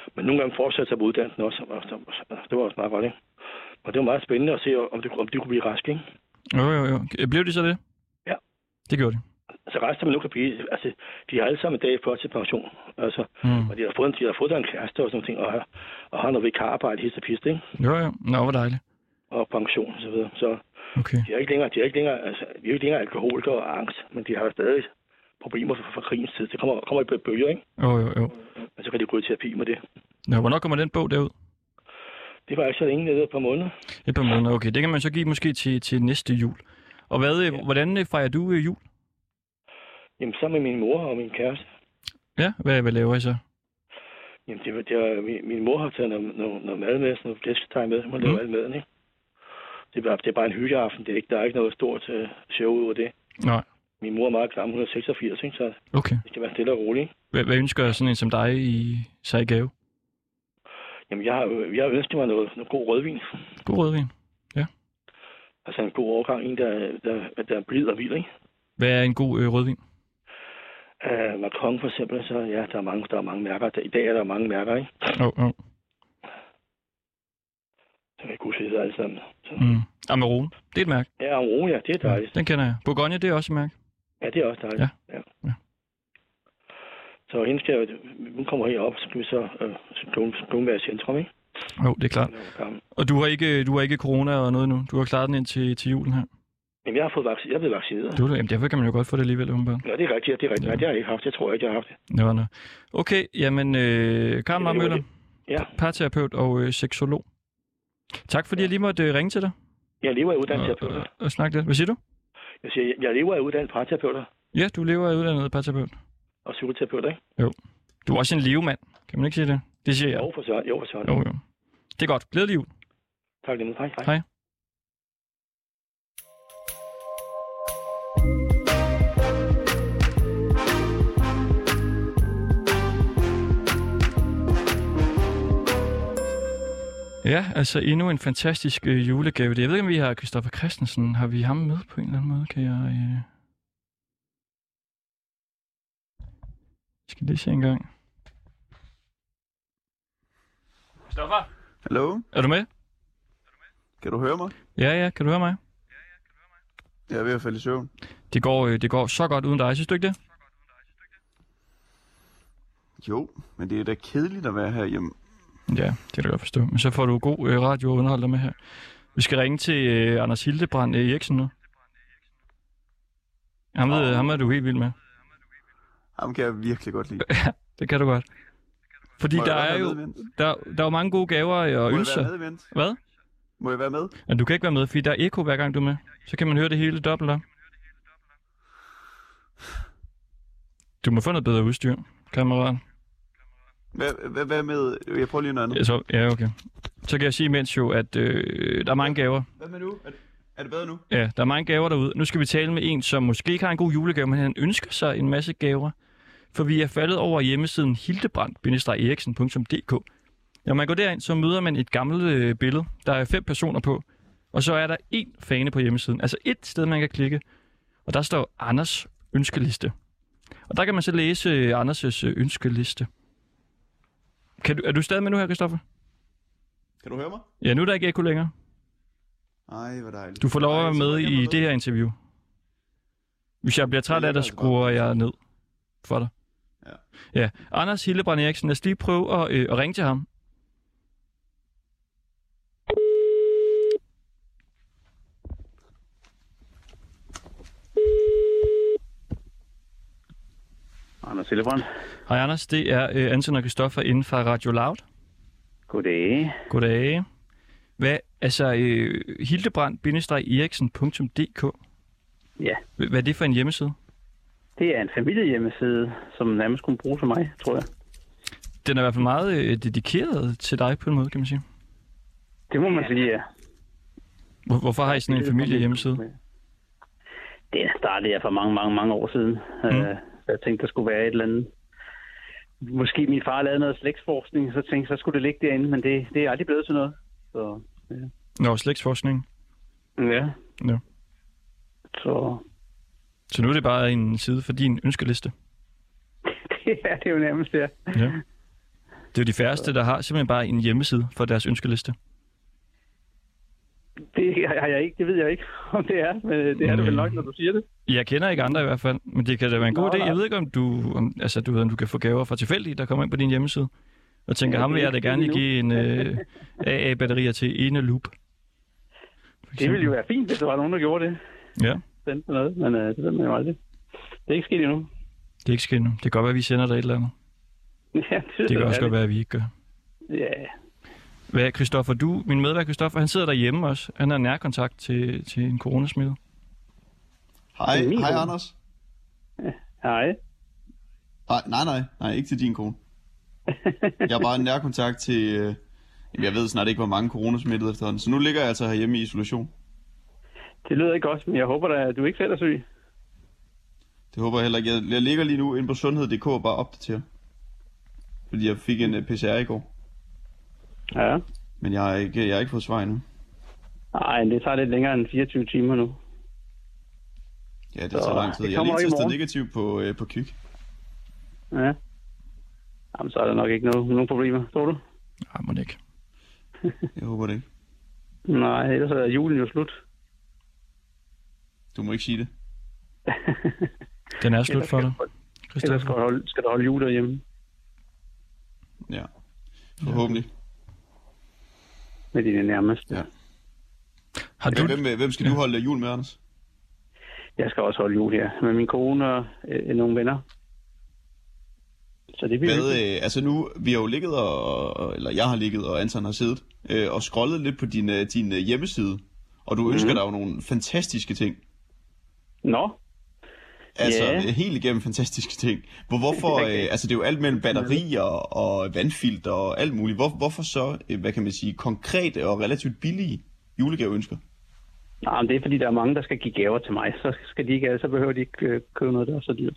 Speaker 6: Men nogle gange fortsatte sig på uddannelsen også, og det var også meget godt, ikke? Og det var meget spændende at se, om de kunne blive raske, ikke?
Speaker 1: Jo. Blev de så det?
Speaker 6: Ja.
Speaker 1: Det gjorde de.
Speaker 6: Altså resten af nu kan blive, altså de har alle sammen en dag før til pension, altså, og de har fået en kæreste og sådan ting, og har noget vikararbejde, hist og pist, ikke?
Speaker 1: Jo. Nå, hvor dejligt.
Speaker 6: Og pension og så videre, så
Speaker 1: okay.
Speaker 6: de er ikke længere alkoholikere og angst, men de har stadig problemer fra krigens tid. Det kommer i bølger, ikke?
Speaker 1: Jo.
Speaker 6: Men så kan de gå i terapi med det.
Speaker 1: Nå, hvornår kommer den bog derud?
Speaker 6: Det var ikke så længe, nede et par måneder.
Speaker 1: Et par måneder, okay. Det kan man så give måske til næste jul. Og hvordan fejrer du jul?
Speaker 6: Jamen, sammen med min mor og min kæreste.
Speaker 1: Ja, hvad laver I så?
Speaker 6: Jamen, min mor har taget noget mad med, sådan noget flæskesteg med. Hun laver alt maden, ikke? Det er bare en hyggeaften. Der er ikke noget stort show ud over det. Nej. Min mor er meget gammel, hun er 86, ikke? Så okay. Det skal være stille og roligt.
Speaker 1: Hvad ønsker sådan en som dig i gave?
Speaker 6: Jamen, jeg har ønsket mig noget god rødvin.
Speaker 1: God rødvin? Ja.
Speaker 6: Altså en god årgang, en der er blid og vild, ikke?
Speaker 1: Hvad er en god rødvin?
Speaker 6: Macron for eksempel, så ja, der er mange mærker. I dag er der mange mærker, ikke?
Speaker 1: Jo.
Speaker 6: Så kan jeg kunne se det alle sammen.
Speaker 1: Amarone, det er et mærke.
Speaker 6: Ja, Amarone, ja, det er dejligt.
Speaker 1: Ja, den kender jeg. Bourgogne, det er også et mærke.
Speaker 6: Ja, det er også dejligt. Ja. Så hun kommer herop, så kan vi så være i centrum, ikke?
Speaker 1: Jo, det er klart. Og du har ikke corona og noget nu? Du har klaret den ind til julen her?
Speaker 6: Jamen, jeg er blevet vaccineret.
Speaker 1: Jamen, derfor kan man jo godt få det alligevel, umiddelbart.
Speaker 6: Ja, det er rigtigt. Nej, det har jeg ikke haft. Jeg tror ikke, jeg har haft det.
Speaker 1: Nå. Okay, jamen, Karen Marmøller, parterapeut og seksolog. Tak, fordi jeg lige måtte ringe til dig.
Speaker 6: Jeg lever af uddannet terapeuter.
Speaker 1: Og snakke lidt. Hvad siger du?
Speaker 6: Jeg siger, jeg lever af uddannet parterapeuter.
Speaker 1: Ja, du lever af uddannet parterapeut.
Speaker 6: Og psykoterapeut, ikke?
Speaker 1: Jo. Du er også en levemand. Kan man ikke sige det? Det siger jeg.
Speaker 6: Jo, for søren.
Speaker 1: Jo. Det er godt. Glædelig jul.
Speaker 6: Tak lige.
Speaker 1: Hej. Ja, altså endnu en fantastisk julegave. Jeg ved ikke, om vi har Christoffer Christensen. Har vi ham med på en eller anden måde? Kan jeg... Skal lige se en gang. Christoffer?
Speaker 3: Hallo?
Speaker 1: Er du med?
Speaker 3: Kan du høre mig?
Speaker 1: Ja, kan du høre mig?
Speaker 3: Jeg er ved at falde i søvn.
Speaker 1: Det går så godt uden dig, synes du ikke det?
Speaker 3: Jo, men det er da kedeligt at være herhjemme. Ja,
Speaker 1: det kan jeg godt forstå. Men så får du god radio og underhold dig med her. Vi skal ringe til Anders Hildebrand Eriksen nu. Ham er du helt vild med.
Speaker 3: Ham kan jeg virkelig godt lide.
Speaker 1: Ja, det kan du godt. Fordi der er jo mange gode gaver og ønsker.
Speaker 3: Må jeg være med,
Speaker 1: Hvad?
Speaker 3: Må jeg være med?
Speaker 1: Ja, du kan ikke være med, fordi der er ekko hver gang du er med. Så kan man høre det hele dobbelt op. Du må få noget bedre udstyr, kammerat.
Speaker 3: Hvad med... Jeg prøver lige noget andet.
Speaker 1: Ja, okay. Så kan jeg sige imens jo, at der er mange gaver.
Speaker 3: Hvad med nu? Er det bedre nu?
Speaker 1: Ja, der er mange gaver derude. Nu skal vi tale med en, som måske ikke har en god julegave, men han ønsker sig en masse gaver. For vi er faldet over hjemmesiden hildebrand-eriksen.dk. Når man går derind, så møder man et gammelt billede. Der er 5 personer på. Og så er der 1 fane på hjemmesiden. Altså 1 sted, man kan klikke. Og der står Anders ønskeliste. Og der kan man så læse Anders' ønskeliste. Er du stadig med nu her, Christoffer?
Speaker 3: Kan du høre mig?
Speaker 1: Ja, nu er der ikke ekko længere.
Speaker 3: Ej, hvor dejligt.
Speaker 1: Du får lov at være med i det her interview. Hvis jeg bliver træt af det, skruer jeg ned for dig. Ja. Anders Hildebrand Eriksen, lad os lige prøve at ringe til ham.
Speaker 7: Anders Hildebrand.
Speaker 1: Hej Anders, det er Anton og Christoffer inden fra Radio Loud.
Speaker 7: Goddag.
Speaker 1: Hildebrand-eriksen.dk.
Speaker 7: Ja.
Speaker 1: Hvad er det for en hjemmeside?
Speaker 7: Det er en familiehjemmeside, som nærmest kunne bruge for mig, tror jeg.
Speaker 1: Den er i hvert fald meget dedikeret til dig på en måde, kan man sige.
Speaker 7: Det må man sige, ja.
Speaker 1: Hvorfor har I sådan en familiehjemmeside?
Speaker 7: Det startede jeg for mange år siden. Jeg tænkte, der skulle være et eller andet. Måske min far lavede noget slægtsforskning, så tænkte så skulle det ligge derinde, men det er aldrig blevet til noget. Så, ja.
Speaker 1: Nå, slægtsforskning?
Speaker 7: Ja. Så
Speaker 1: nu er det bare en side for din ønskeliste?
Speaker 7: Det er jo nærmest, ja.
Speaker 1: Det er jo de færreste, der har simpelthen bare en hjemmeside for deres ønskeliste.
Speaker 7: Det har jeg ikke. Det ved jeg ikke, om det er. Men det er det vel nok, når du siger det.
Speaker 1: Jeg kender ikke andre i hvert fald, men det kan da være en god idé. Jeg ved ikke, om du kan få gaver fra tilfældige, der kommer ind på din hjemmeside. Og tænker, ham vil jeg da gerne give en AA-batterier til ene loop.
Speaker 7: Det ville jo være fint, hvis der var nogen, der gjorde det.
Speaker 1: Ja.
Speaker 7: Sendte noget, men det ved man jo aldrig. Det er ikke sket endnu.
Speaker 1: Det er ikke sket endnu. Det kan godt være, at vi sender dig et eller andet.
Speaker 7: Ja,
Speaker 1: det kan også godt være, at vi ikke gør.
Speaker 7: Ja.
Speaker 1: Hvad, Christoffer, min medvært Christoffer, han sidder derhjemme også. Han har nærkontakt til en coronasmittet.
Speaker 3: Hej, Anders.
Speaker 7: Hej.
Speaker 3: Nej, ikke til din kone. Jeg har bare en nærkontakt til, jeg ved snart ikke, hvor mange coronasmittede efterhånden. Så nu ligger jeg altså herhjemme i isolation.
Speaker 7: Det lyder ikke godt, men jeg håber da, at du ikke selv er syg.
Speaker 3: Det håber jeg heller ikke. Jeg ligger lige nu inde på sundhed.dk og bare opdaterer. Fordi jeg fik en PCR i går.
Speaker 7: Ja.
Speaker 3: Men jeg har ikke fået svar endnu.
Speaker 7: Nej, det tager lidt længere end 24 timer nu.
Speaker 3: Ja, det tager lang tid. Jeg har lige testet negativ på Kyk.
Speaker 7: Ja. Jamen, så er der nok ikke nogen problemer, tror du?
Speaker 1: Nej, må det ikke.
Speaker 3: Jeg håber det ikke.
Speaker 7: Nej, ellers er julen jo slut.
Speaker 3: Du må ikke sige det.
Speaker 1: Den er slut for dig,
Speaker 7: Christoffer. Ellers skal du holde jul derhjemme.
Speaker 3: Ja, forhåbentlig.
Speaker 7: Med dine nærmeste.
Speaker 3: Ja. Hvem skal du holde jul med, Anders?
Speaker 7: Jeg skal også holde jul her med min kone og nogle venner. Så det bliver
Speaker 3: altså nu, vi har jo ligget eller jeg har ligget, og Anton har siddet og scrollet lidt på din hjemmeside, og du ønsker dig jo nogle fantastiske ting.
Speaker 7: Nå?
Speaker 3: Altså helt igennem fantastiske ting. Hvorfor, altså det er jo alt mellem batterier og vandfilter og alt muligt. Hvorfor så, hvad kan man sige, konkrete og relativt billige julegaveønsker?
Speaker 7: Nej, men det er fordi, der er mange, der skal give gaver til mig. Så behøver de ikke købe noget, der er så dyrt.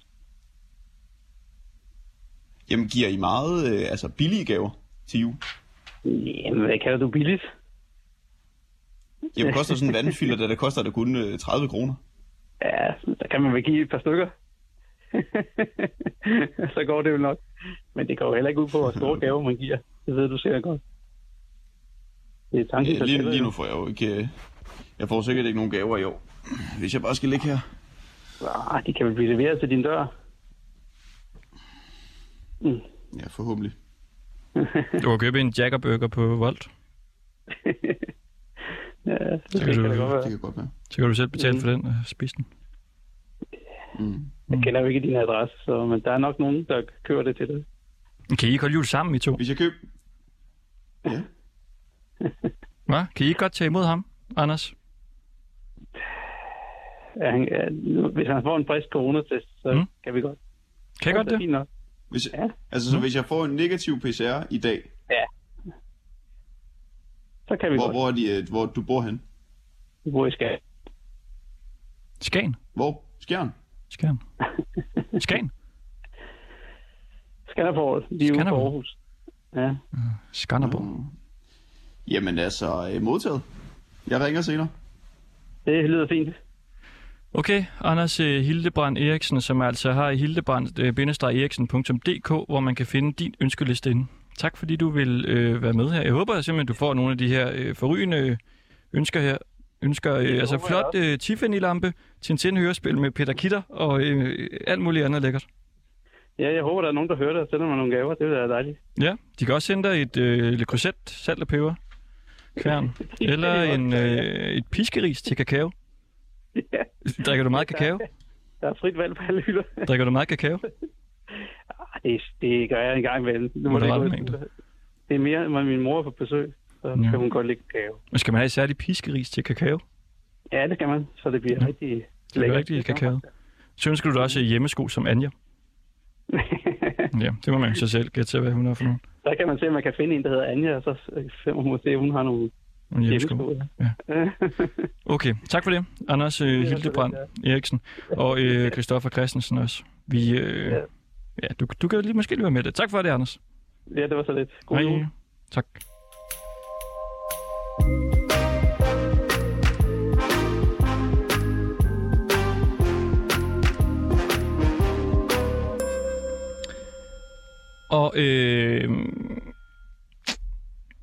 Speaker 3: Jamen, giver I meget billige gaver til jul?
Speaker 7: Jamen, hvad kalder du billigt?
Speaker 3: Jamen, koster sådan en vandfilter, der koster det kun 30 kroner.
Speaker 7: Ja, der kan man vel give et par stykker. Så går det jo nok. Men det går jo heller ikke ud på, hvor store gaver man giver. Det ved du sikkert godt. Det er tanken,
Speaker 3: lige nu får jeg jo ikke... Jeg får sikkert ikke nogen gaver i år. Hvis jeg bare skal ligge her.
Speaker 7: De kan vel blive leveret til din dør.
Speaker 3: Ja, forhåbentlig.
Speaker 1: Du kan købe en Jaggerburger på Volt.
Speaker 7: Ja, det kan
Speaker 3: godt være.
Speaker 1: Så kan du selv betale for den og spise den.
Speaker 7: Jeg kender jo ikke din adresse, men der er nok nogen, der køber det til dig.
Speaker 1: Kan I ikke holde jul sammen, I to?
Speaker 3: Hvis jeg køber... Ja.
Speaker 1: Hvad? Kan I ikke godt tage imod ham, Anders?
Speaker 7: Hvis han får en frisk coronatest, så kan vi godt.
Speaker 1: Kan I godt det?
Speaker 7: Fint nok.
Speaker 3: Så hvis jeg får en negativ PCR i dag...
Speaker 7: Ja. Så kan vi
Speaker 3: godt. Hvor du bor hen?
Speaker 7: Du bor i Skagen.
Speaker 1: Skagen?
Speaker 3: Hvor? Skjern?
Speaker 1: Skagen. Skagen?
Speaker 7: Skanderborg. De er ude på Aarhus. Ja.
Speaker 1: Skanderborg.
Speaker 3: Jamen altså, modtaget. Jeg ringer senere.
Speaker 7: Det lyder fint.
Speaker 1: Okay, Anders Hildebrand Eriksen, som altså har hildebrand-eriksen.dk, hvor man kan finde din ønskeliste inde. Tak fordi du vil være med her. Jeg håber simpelthen, du får nogle af de her forrygende ønsker her. Altså flot Tiffany-lampe, Tintin-hørespil med Peter Kitter og alt muligt andet lækkert.
Speaker 7: Ja, jeg håber, der er nogen, der hører det og sender mig nogle gaver. Det vil være dejligt.
Speaker 1: Ja, de kan også sende dig et Le Creuset, salt og peber, kværn, eller et piskeris til kakao.
Speaker 7: Ja.
Speaker 1: Drikker du meget kakao?
Speaker 7: Der er frit valg på alle hylder.
Speaker 1: Drikker du meget kakao?
Speaker 7: Det gør jeg en gang imellem. Det er mere, når min mor er på besøg, så kan hun godt lide kakao.
Speaker 1: Men skal man have et særligt piskeris til kakao?
Speaker 7: Ja, det kan man, så det bliver rigtig lækkert.
Speaker 1: Det bliver rigtig kakao. Så ønsker du da også hjemmesko som Anja? Ja, det må man så selv gætte til, hvad hun har for nogen.
Speaker 7: Der kan man se, at man kan finde en, der hedder Anja, og så finder man måske, at hun har nogle hjemmesko.
Speaker 1: Ja. Okay, tak for det, Anders Hildebrand Eriksen og Christoffer Christensen også. Du kan jo måske lige være med det. Tak for det, Anders.
Speaker 7: Ja, det var så lidt. God jul.
Speaker 1: Tak. Og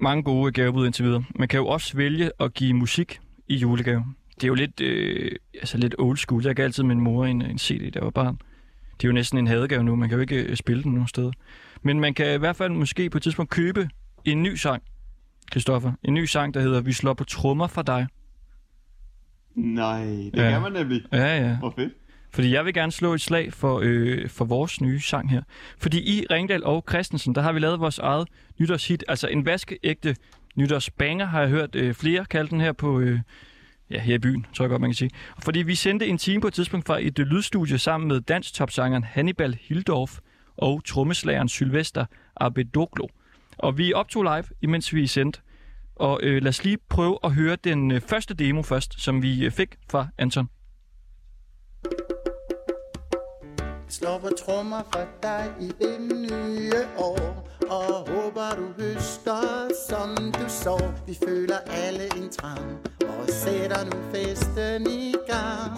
Speaker 1: mange gode gavebud indtil videre. Man kan jo også vælge at give musik i julegave. Det er jo lidt old school. Jeg gav altid min mor en CD, der var barn. Det er jo næsten en hadegave nu. Man kan jo ikke spille den nogen steder. Men man kan i hvert fald måske på et tidspunkt købe en ny sang, Christoffer. En ny sang, der hedder Vi slår på trommer for dig.
Speaker 3: Nej, det kan man nemlig.
Speaker 1: Ja.
Speaker 3: Hvor fedt.
Speaker 1: Fordi jeg vil gerne slå et slag for vores nye sang her. Fordi i Ringdal og Christensen, der har vi lavet vores eget nytårshit. Altså en vaskeægte nytårsbanger, har jeg hørt flere kalde den her på... her i byen, tror jeg godt, man kan sige. Fordi vi sendte en time på et tidspunkt fra et lydstudie sammen med dansk-topsangeren Hannibal Hildorf og trommeslageren Sylvester Abedoglo. Og vi optog live, imens vi sendte. Og lad os lige prøve at høre den første demo først, som vi fik fra Anton.
Speaker 8: Slår på trommer for dig i det nye år, og håber du høster, som du så. Vi føler alle en trang, og sætter nu festen i gang.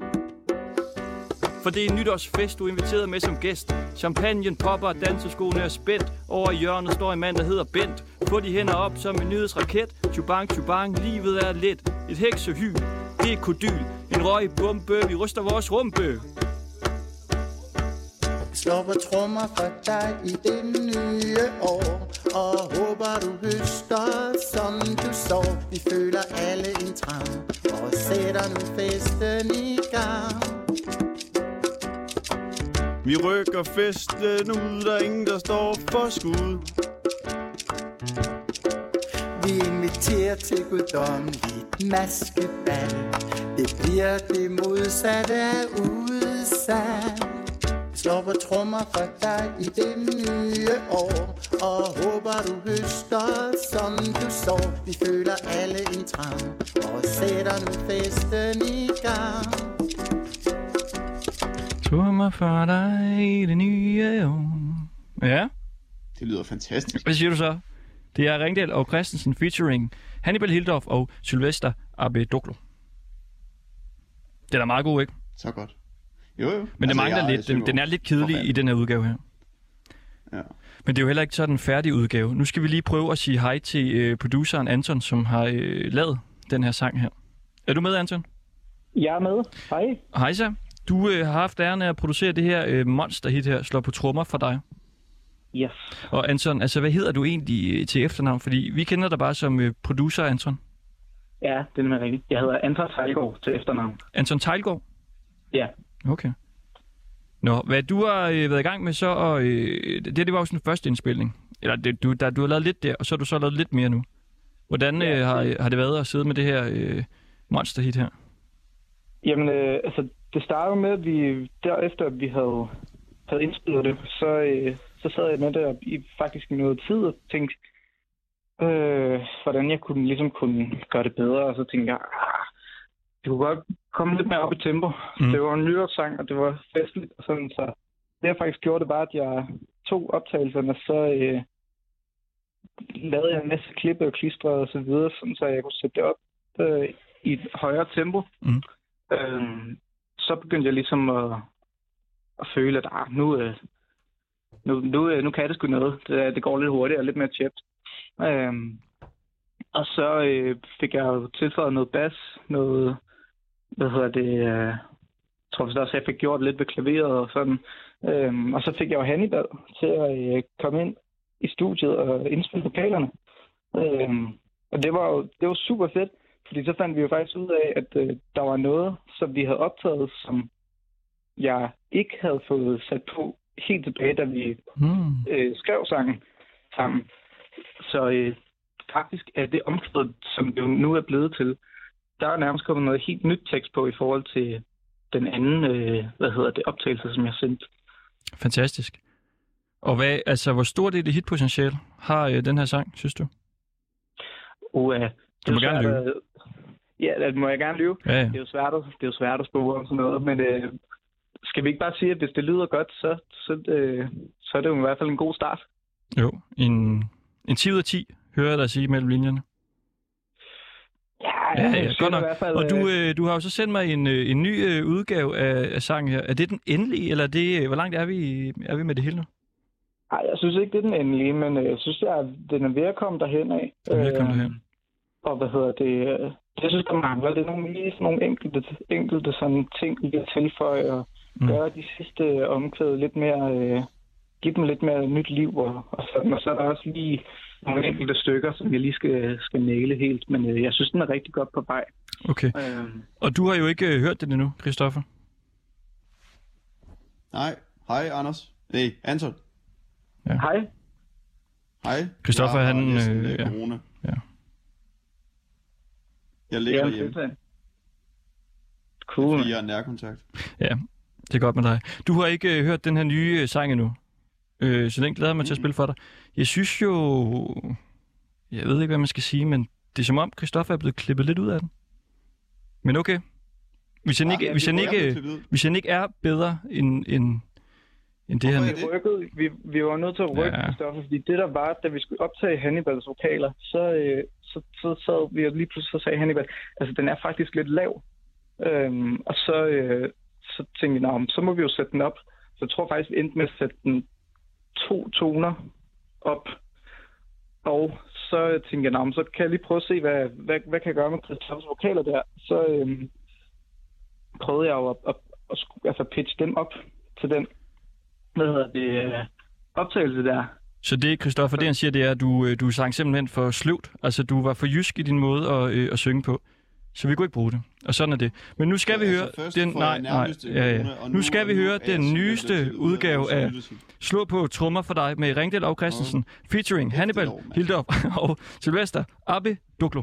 Speaker 1: For det er en nytårsfest, du er inviteret med som gæst. Champagnen popper, danseskoene er spændt. Over i hjørnet står en mand, der hedder Bent. Få de hænder op som en nyhedsraket. Chubang, chubang, livet er let. Et heksehyl, det er kodyl. En røgbombe, vi ryster vores rumpe.
Speaker 8: Slår på trommer for dig i det nye år, og håber du høster, som du så. Vi føler alle en trang, og sætter nu festen i gang.
Speaker 3: Vi rykker festen ud, der ingen der står for skud.
Speaker 8: Vi inviterer til guddommeligt maskebal. Det bliver det modsatte af udsat. Slår på trommer for dig i det nye år, og håber du høster, som du så. Vi føler alle en trang, og sætter nu festen i gang.
Speaker 1: Trommer for dig i det nye år. Ja.
Speaker 3: Det lyder fantastisk.
Speaker 1: Hvad siger du så? Det er Ringdal og Christensen featuring Hannibal Hildorf og Sylvester Abedoglo. Det er da meget god, ikke?
Speaker 3: Så godt. Jo.
Speaker 1: Men altså, det mangler lidt. Den er lidt kedelig i den her udgave her.
Speaker 3: Ja.
Speaker 1: Men det er jo heller ikke sådan en færdig udgave. Nu skal vi lige prøve at sige hej til produceren Anton, som har lavet den her sang her. Er du med, Anton?
Speaker 9: Jeg er med. Hej.
Speaker 1: Hej så. Du har haft æren af at producere det her monsterhit her, Slår på trommer for dig.
Speaker 9: Yes.
Speaker 1: Og Anton, altså hvad hedder du egentlig til efternavn? Fordi vi kender dig bare som producer, Anton.
Speaker 9: Ja, det er nemlig rigtigt. Jeg hedder Anton Teilgaard til efternavn.
Speaker 1: Anton Teilgaard?
Speaker 9: Ja.
Speaker 1: Okay. Nå, hvad du har været i gang med så, og det var jo sådan den første indspilning. Eller du har lavet lidt der, og så har du så lavet lidt mere nu. Hvordan har det været at sidde med det her monsterhit her?
Speaker 9: Jamen, altså det startede med, at vi derefter, at vi havde indspillet det, så sad jeg med der i faktisk noget tid og tænkte, hvordan jeg kunne gøre det bedre, og så tænkte jeg, det kunne godt komme lidt mere op i tempo. Det var en nytårssang, og det var festligt, og sådan, så det jeg faktisk gjorde, det var, at jeg tog optagelserne, så lavede jeg en masse klip og klistre og så videre, sådan, så jeg kunne sætte det op i et højere tempo. Så begyndte jeg ligesom at føle, at nu kan det sgu noget. Det går lidt hurtigere og lidt mere tjept. Og så fik jeg jo tilføjet noget bas, noget, jeg tror også, jeg fik gjort lidt ved klaveret og sådan. Og så fik jeg jo Hannibal til at komme ind i studiet og indspille vokalerne. Og det var super fedt, fordi så fandt vi jo faktisk ud af, at der var noget, som vi havde optaget, som jeg ikke havde fået sat på helt tilbage, da vi skrev sangen sammen. Så faktisk er det omkvædet, som det jo nu er blevet til, der er nærmest kommet noget helt nyt tekst på i forhold til den anden optagelse, som jeg sendte. Fantastisk.
Speaker 1: Og hvor stort er det hitpotentiale har den her sang, synes du?
Speaker 9: Du må gerne lyve. Ja, det må jeg gerne lyve. Ja. Det er jo svært at spore om sådan noget, men skal vi ikke bare sige, at hvis det lyder godt, så er det jo i hvert fald en god start.
Speaker 1: Jo, en 10 ud af 10, hører jeg dig sige mellem linjerne. Ja, godt nok. Og du har jo så sendt mig en ny udgave af sangen her. Er det den endelige, eller hvor langt er vi med det hele nu?
Speaker 9: Nej, jeg synes ikke, det er den endelige, men jeg synes, at den er ved at komme derhen af. Og jeg synes, der mangler. Det er nogle enkelte sådan ting, vi kan tilføje og gøre de sidste omkvæd lidt mere, give dem lidt mere nyt liv. Og så er der også lige nogle enkelte stykker, som jeg lige skal næle helt. Men jeg synes, den er rigtig godt på vej.
Speaker 1: Okay. Og du har jo ikke hørt det endnu, Christoffer?
Speaker 3: Nej. Hej, Anders. Nej, Anton.
Speaker 9: Ja. Hej.
Speaker 3: Hej.
Speaker 1: Christoffer, han...
Speaker 3: corona.
Speaker 1: Ja.
Speaker 3: Jeg ligger derhjemme.
Speaker 9: Cool.
Speaker 3: Fordi jeg er nærkontakt.
Speaker 1: Ja, det er godt med dig. Du har ikke hørt den her nye sang endnu. Så den glæder mig til at spille for dig. Jeg synes jo... Jeg ved ikke, hvad man skal sige, men det er som om, Christoffer er blevet klippet lidt ud af den. Men okay. Hvis han ikke er bedre end det her...
Speaker 9: Vi var nødt til at rykke, Christoffer, fordi det der var, da vi skulle optage Hannibals vokaler, så sad vi og lige pludselig sagde Hannibal, altså den er faktisk lidt lav. Og så tænkte vi, så må vi jo sætte den op. Så jeg tror faktisk, vi endte med at sætte den 2 toner op. Og så tænkte jeg, så kan jeg lige prøve at se, hvad kan jeg gøre med Christoffers vokaler der. Så prøvede jeg jo at pitche dem op til den optagelse der.
Speaker 1: Så det, Christoffer, det han siger, det er, at du sang simpelthen for sløvt. Altså, du var for jysk i din måde at synge på. Så vi kunne ikke bruge det. Og sådan er det. Men nu skal vi høre den... Nu skal vi høre den nyeste udgave af Slå på trommer for dig med Ringdal og Christensen, featuring Hannibal, Hildorf og Sylvester Abbe Duklo.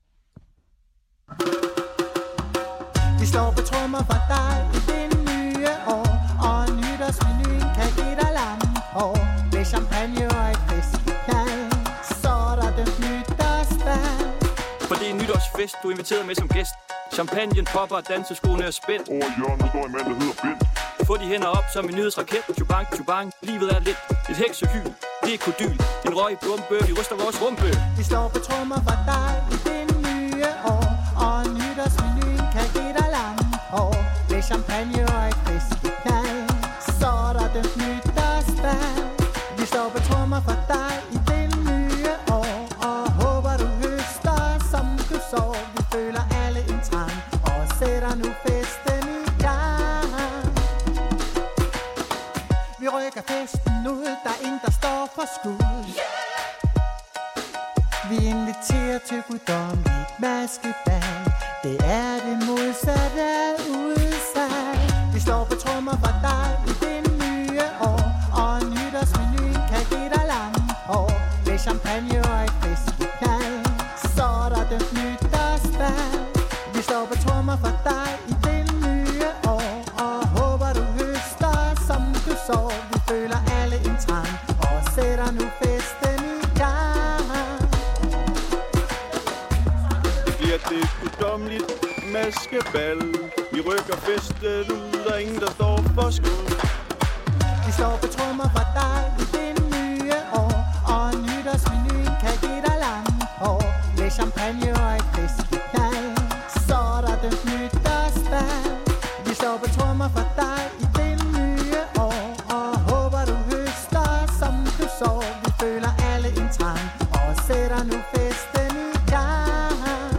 Speaker 8: Vi slår på trommer for dig i det nye år, og nytårsmenuen kan give dig lammehår. Med champagne og et fiskekald, så er der den nytårsdag.
Speaker 1: For det er en nytårsfest, du er inviteret med som gæst. Champagnen popper, danseskoene er spændt.
Speaker 10: Over hjørnet står en mand, der hedder Bent.
Speaker 1: Få de hænder op som en nyhedsraket. Tjubang, tjubang, livet er lidt. Et heksehyl, det er kodyl. En røgbombe, vi ryster vores rumpe.
Speaker 8: Vi slår på trommer for dig i det nye år, og nytårsmenuen kan give dig lammehår. Med champagne og et fiskekald, så er der den nytårsdag. Vi slår på trommer for dig i det nye år, og håber du høster som du sov. Vi føler alle en trang, og sætter nu festen i gang. Vi rykker festen ud, der er ingen, der står for skud. Vi inviterer til guddommeligt maskebal. Det er det modsatte af udsalg. Vi slår på trommer for dig i det nye år, og nytårsmenuen kan give dig lammehår. Med champagne og et fiskekald, så er der den nytårsdag. Vi slår på trommer for dig i det nye år, og håber du høster som du sov. Vi føler alle en trang, og sætter nu festen i gang.
Speaker 3: Det bliver det guddommeligt maskebal. Vi rykker festen ud, og ingen der står for skud.
Speaker 8: Vi slår på trommer for dig i det nye år, og nytårsmenuen kan give dig lammehår. Med champagne og et fiskekald, så er der den nytårsdag. Vi slår på trommer for dig i det nye år, og håber du høster som du sov. Vi føler alle en trang, og sætter nu festen i gang.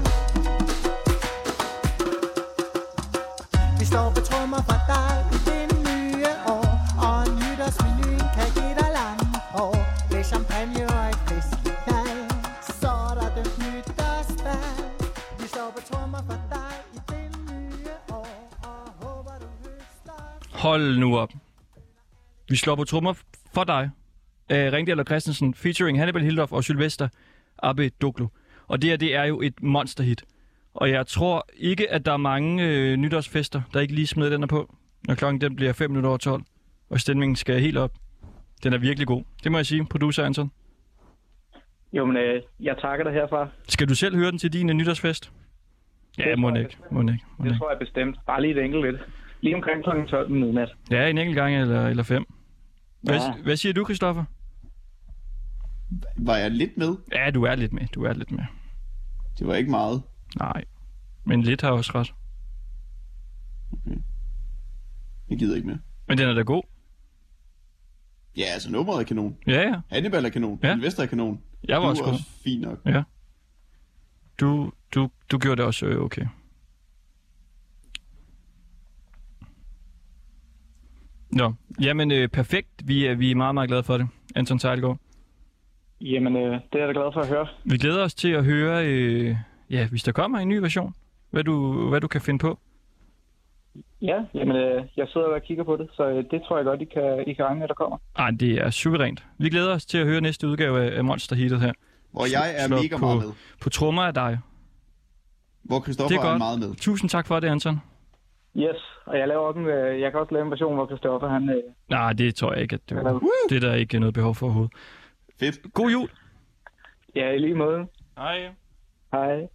Speaker 8: Vi slår på trommer for dig i det nye år, og nytårsmenuen kan give dig lammehår. Med champagne og et fiskekald, så er der den nytårsdag. Vi slår på trommer for dig i det nye år, og håber du høster.
Speaker 1: Hold nu op. Vi slår på trommer for dig. Ringdal og Christensen, featuring Hannibal Hildorf og Sylvester Abbe Duklo. Og det her, det er jo et monsterhit. Og jeg tror ikke, at der er mange nytårsfester, der ikke lige smider den her på, når klokken den bliver 5:05, og stemningen skal helt op. Den er virkelig god. Det må jeg sige, producer Anton.
Speaker 9: Jo, men jeg takker dig herfra.
Speaker 1: Skal du selv høre den til din nytårsfest? Ja, må ikke.
Speaker 9: Det tror jeg bestemt. Bare lige et enkelt lidt. Lige omkring kl. 12 midnat.
Speaker 1: Ja, en enkelt gang eller 5. Hvad siger du, Christoffer?
Speaker 3: Var jeg lidt med?
Speaker 1: Ja, du er lidt med.
Speaker 3: Det var ikke meget.
Speaker 1: Nej, men lidt har også ret.
Speaker 3: Okay. Jeg gider ikke mere.
Speaker 1: Men den er da god.
Speaker 3: Ja, altså nummeret er kanon.
Speaker 1: Ja.
Speaker 3: Hannibal er kanon.
Speaker 1: Ja.
Speaker 3: Sylvester er kanon.
Speaker 1: Jeg var også god.
Speaker 3: Fint nok.
Speaker 1: Ja. Du gjorde det også okay. Nå, jamen perfekt. Vi er meget, meget glade for det. Anton Teilgaard.
Speaker 9: Jamen, det er jeg da glad for at høre.
Speaker 1: Vi glæder os til at høre, hvis der kommer en ny version, hvad du kan finde på.
Speaker 9: Ja, jamen, jeg sidder og kigger på det, så det tror jeg godt, I kan regne med, der kommer.
Speaker 1: Ej, det er suverænt. Vi glæder os til at høre næste udgave af Monster Hittet her.
Speaker 3: Hvor jeg er mega meget med.
Speaker 1: På trommer af dig.
Speaker 3: Hvor Christoffer er meget med.
Speaker 1: Tusind tak for det, Anton.
Speaker 9: Yes, og jeg kan også lave en version, hvor Christoffer han...
Speaker 1: Nej, det tror jeg ikke, at det er der ikke noget behov for overhovedet.
Speaker 3: Fedt.
Speaker 1: God jul.
Speaker 9: Ja, i lige måde.
Speaker 1: Hej.
Speaker 9: Hej.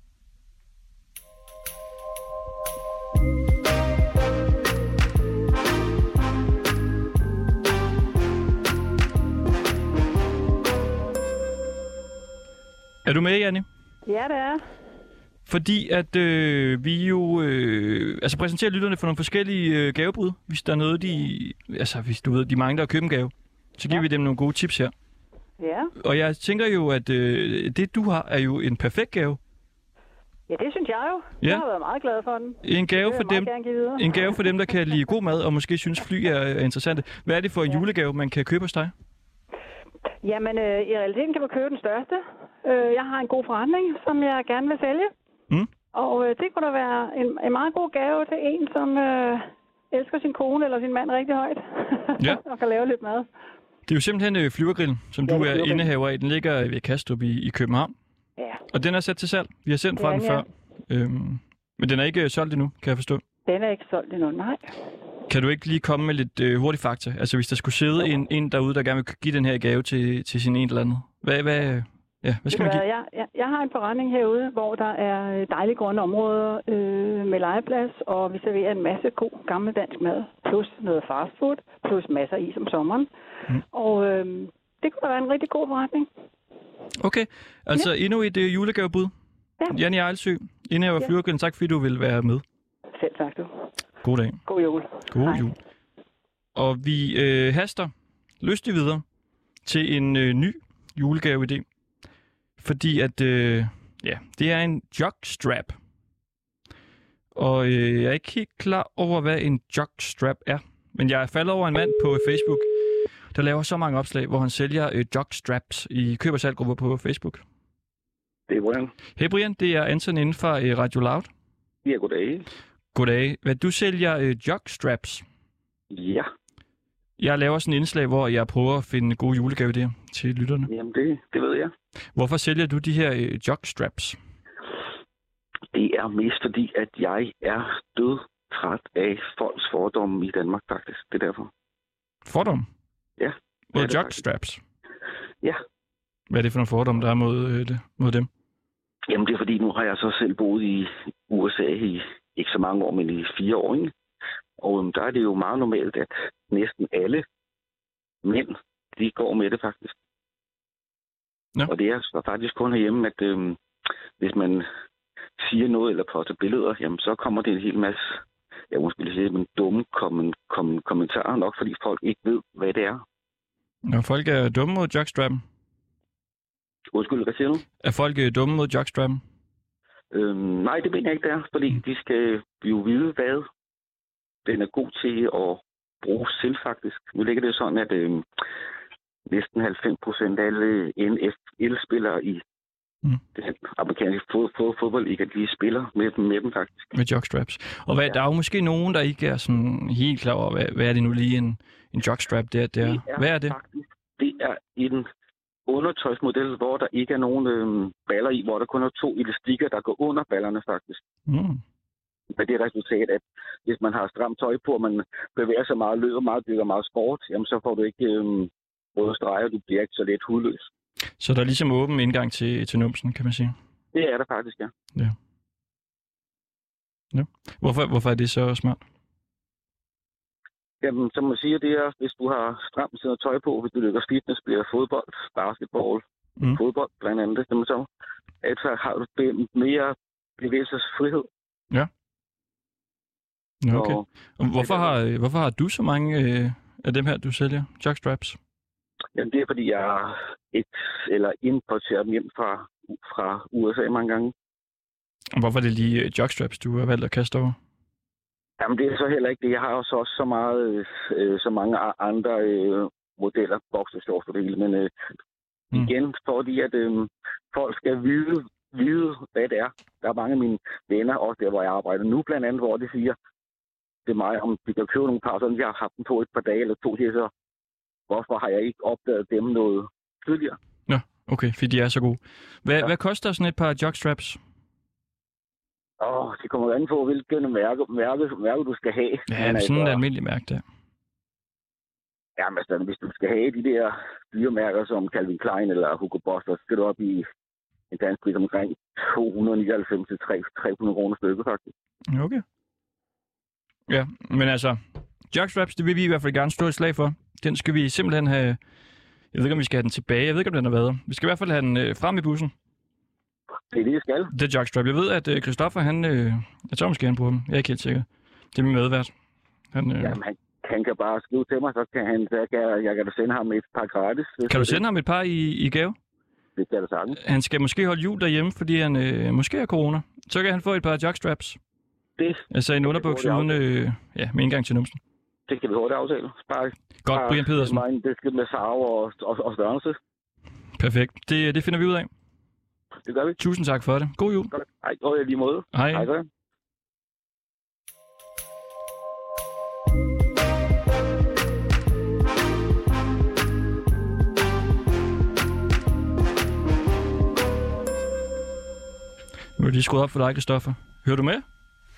Speaker 1: Er du med, Janne?
Speaker 11: Ja, det er.
Speaker 1: Fordi at vi jo præsenterer lytterne for nogle forskellige gavebrud. Hvis der er noget, hvis du ved, de mangler at købe en gave, så giver vi dem nogle gode tips her.
Speaker 11: Ja.
Speaker 1: Og jeg tænker jo, at det du har, er jo en perfekt gave.
Speaker 11: Ja, det synes jeg jo.
Speaker 1: Ja.
Speaker 11: Jeg har været meget glad for den.
Speaker 1: En gave for dem, der kan lide god mad, og måske synes fly er interessante. Hvad er det for en julegave, man kan købe hos dig?
Speaker 11: Jamen, i realiteten kan man købe den største. Jeg har en god forretning, som jeg gerne vil sælge.
Speaker 1: Mm.
Speaker 11: Og det kunne da være en meget god gave til en, som elsker sin kone eller sin mand rigtig højt.
Speaker 1: Ja.
Speaker 11: Og kan lave lidt mad.
Speaker 1: Det er jo simpelthen Flyvergrillen, som du er indehaver af. Den ligger ved Kastrup i København.
Speaker 11: Ja.
Speaker 1: Og den er sat til salg. Vi har sendt fra den før. Men den er ikke solgt endnu, kan jeg forstå. Den
Speaker 11: er ikke solgt endnu, nej.
Speaker 1: Kan du ikke lige komme med lidt hurtig fakta? Altså hvis der skulle sidde en derude, der gerne vil give den her gave til sin en eller anden. Hvad skal man give?
Speaker 11: Jeg har en forretning herude, hvor der er dejlige grønne områder med legeplads, og vi serverer en masse god gammeldansk mad, plus noget fastfood, plus masser is om sommeren. Mm. Og det kunne da være en rigtig god forretning.
Speaker 1: Okay, altså endnu et julegavebud. Ja. Janne Ejlsø, indehaver af Flyvergrillen. Tak fordi du vil være med.
Speaker 11: Selv tak du.
Speaker 1: God dag.
Speaker 11: God jul.
Speaker 1: God jul. Og vi haster lystigt videre til en ny julegave-idé. Fordi at, det er en jockstrap. Og jeg er ikke helt klar over, hvad en jockstrap er. Men jeg er faldet over en mand på Facebook, der laver så mange opslag, hvor han sælger jockstraps i køb- og salggrupper på Facebook.
Speaker 12: Det er Brian.
Speaker 1: Hej Brian, det er Anton inden fra Radio Loud.
Speaker 12: Ja, goddag.
Speaker 1: Goddag. Hvad du sælger jockstraps?
Speaker 12: Ja.
Speaker 1: Jeg laver sådan en indslag, hvor jeg prøver at finde gode julegaveidéer til lytterne.
Speaker 12: Jamen, det ved jeg.
Speaker 1: Hvorfor sælger du de her jockstraps?
Speaker 12: Det er mest fordi, at jeg er død træt af folks fordomme i Danmark, faktisk. Det er derfor.
Speaker 1: Fordom?
Speaker 12: Ja.
Speaker 1: Mod jockstraps?
Speaker 12: Ja.
Speaker 1: Hvad er det for nogle fordomme, der er mod dem?
Speaker 12: Jamen, det er fordi, nu har jeg så selv boet i USA i ikke så mange år, men i 4 år, ikke? Og der er det jo meget normalt, at næsten alle mænd, de går med det faktisk.
Speaker 1: Ja.
Speaker 12: Og det er så faktisk kun herhjemme, at hvis man siger noget eller poster billeder, jamen så kommer det en hel masse, jeg måske sige, men dumme kommentarer nok, fordi folk ikke ved, hvad det er.
Speaker 1: Når folk er dumme mod jockstrappen?
Speaker 12: Undskyld, hvad siger du?
Speaker 1: Er folk dumme mod jockstrappen?
Speaker 12: Nej, det mener jeg ikke, det er, fordi de skal jo vide, hvad den er god til at bruge selv faktisk. Nu ligger det sådan, at næsten 90% af alle NFL-spillere i den amerikanske fodboldliga, de spiller med dem faktisk.
Speaker 1: Med jockstraps. Og der er jo måske nogen, der ikke er sådan helt klar over, hvad er det nu lige en jockstrap der? Hvad er det?
Speaker 12: Faktisk, det er en undertøjsmodel, hvor der ikke er nogen baller i, hvor der kun er 2 elastikker, der går under ballerne faktisk. Men det er resultat, at hvis man har stramt tøj på, og man bevæger sig meget, løber meget, dyrker meget sport, jamen så får du ikke røde streger, du bliver ikke så let hudløs.
Speaker 1: Så der er ligesom åben indgang til numsen, kan man sige?
Speaker 12: Det er der faktisk, ja.
Speaker 1: Ja. Hvorfor er det så smart?
Speaker 12: Jamen, som man siger, det er, hvis du har stramt noget tøj på, hvis du lykker fitness, bliver fodbold, basketball, fodbold blandt andet, så har du mere bevægelsesfrihed.
Speaker 1: Ja. Okay. Og hvorfor har du så mange af dem her, du sælger? Jockstraps?
Speaker 12: Jamen, det er, fordi jeg importerer dem hjem fra USA mange gange.
Speaker 1: Hvorfor er det lige jockstraps, du har valgt at kaste over?
Speaker 12: Jamen, det er så heller ikke det. Jeg har jo så også så mange andre modeller, boxershorts og det hele. Men igen, fordi at folk skal vide, hvad det er. Der er mange af mine venner, også der, hvor jeg arbejder nu, blandt andet, hvor de siger til mig, om de kan købe nogle par, sådan jeg har haft dem på et par dage eller 2 til, så hvorfor har jeg ikke opdaget dem noget tidligere?
Speaker 1: Ja, okay, fordi de er så gode. Hvad koster sådan et par jockstraps?
Speaker 12: Det kommer an på, hvilken mærke du skal have.
Speaker 1: Ja, sådan et almindeligt mærke der.
Speaker 12: Ja, men altså, hvis du skal have de der dyremærker som Calvin Klein eller Hugo Boss, så skal du op i en dansk pris omkring 299 til 300 kroner stykket, faktisk.
Speaker 1: Okay. Ja, men altså, jockstraps, det vil vi i hvert fald gerne stå et slag for. Den skal vi simpelthen have... Jeg ved ikke, om vi skal have den tilbage. Jeg ved ikke, om den har været. Vi skal i hvert fald have den frem i bussen.
Speaker 12: Det er det, jeg skal.
Speaker 1: Det er jockstrap. Jeg ved, at Christoffer, jeg tror måske, han bruger dem. Jeg er ikke helt sikker. Det er min medvært.
Speaker 12: Jamen, han kan bare skrive til mig, så kan jeg kan da sende ham et par gratis.
Speaker 1: Kan du sende ham et par i gave?
Speaker 12: Det kan jeg da sagtens.
Speaker 1: Han skal måske holde jul derhjemme, fordi han måske har corona. Så kan han få et par jockstraps. Altså en underbuks uden med indgang til numsen.
Speaker 12: Det skal vi hurtigt aftale.
Speaker 1: Godt, Brian Pedersen.
Speaker 12: Det skal med farve og størrelse.
Speaker 1: Perfekt. Det finder vi ud af.
Speaker 12: Det gør vi.
Speaker 1: Tusind tak for det. God jul.
Speaker 12: Hej, og lige måde.
Speaker 1: Hej.
Speaker 12: Hej.
Speaker 1: Nu er lige skruet op for dig, Christoffer. Hører du med?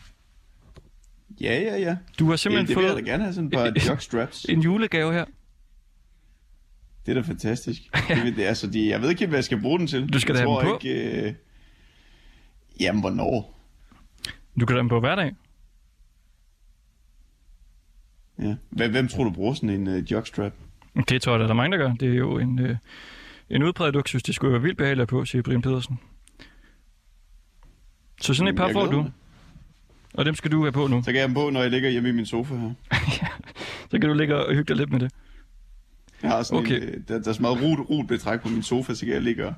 Speaker 3: Ja.
Speaker 1: Du har simpelthen fået...
Speaker 3: Det vil jeg da gerne have sådan et par jockstraps.
Speaker 1: En julegave her.
Speaker 3: Det er da fantastisk. Jeg ved ikke, hvad jeg skal bruge den til.
Speaker 1: Du skal da have den på?
Speaker 3: Ikke, jamen, hvornår?
Speaker 1: Du kan have den på hver dag.
Speaker 3: Ja. Hvem tror du bruger sådan en jockstrap?
Speaker 1: Det tror jeg, der er mange, der gør. Det er jo en udpræget luksus. Det skulle være vildt behageligt på, siger Brian Pedersen. Så sådan et par får du. Og dem skal du have på nu.
Speaker 3: Så kan jeg have dem på, når jeg ligger hjemme i min sofa her.
Speaker 1: Så kan du ligge og hygge dig lidt med det.
Speaker 3: Jeg har sådan der er så meget rot betræk på min sofa, så kan jeg ligge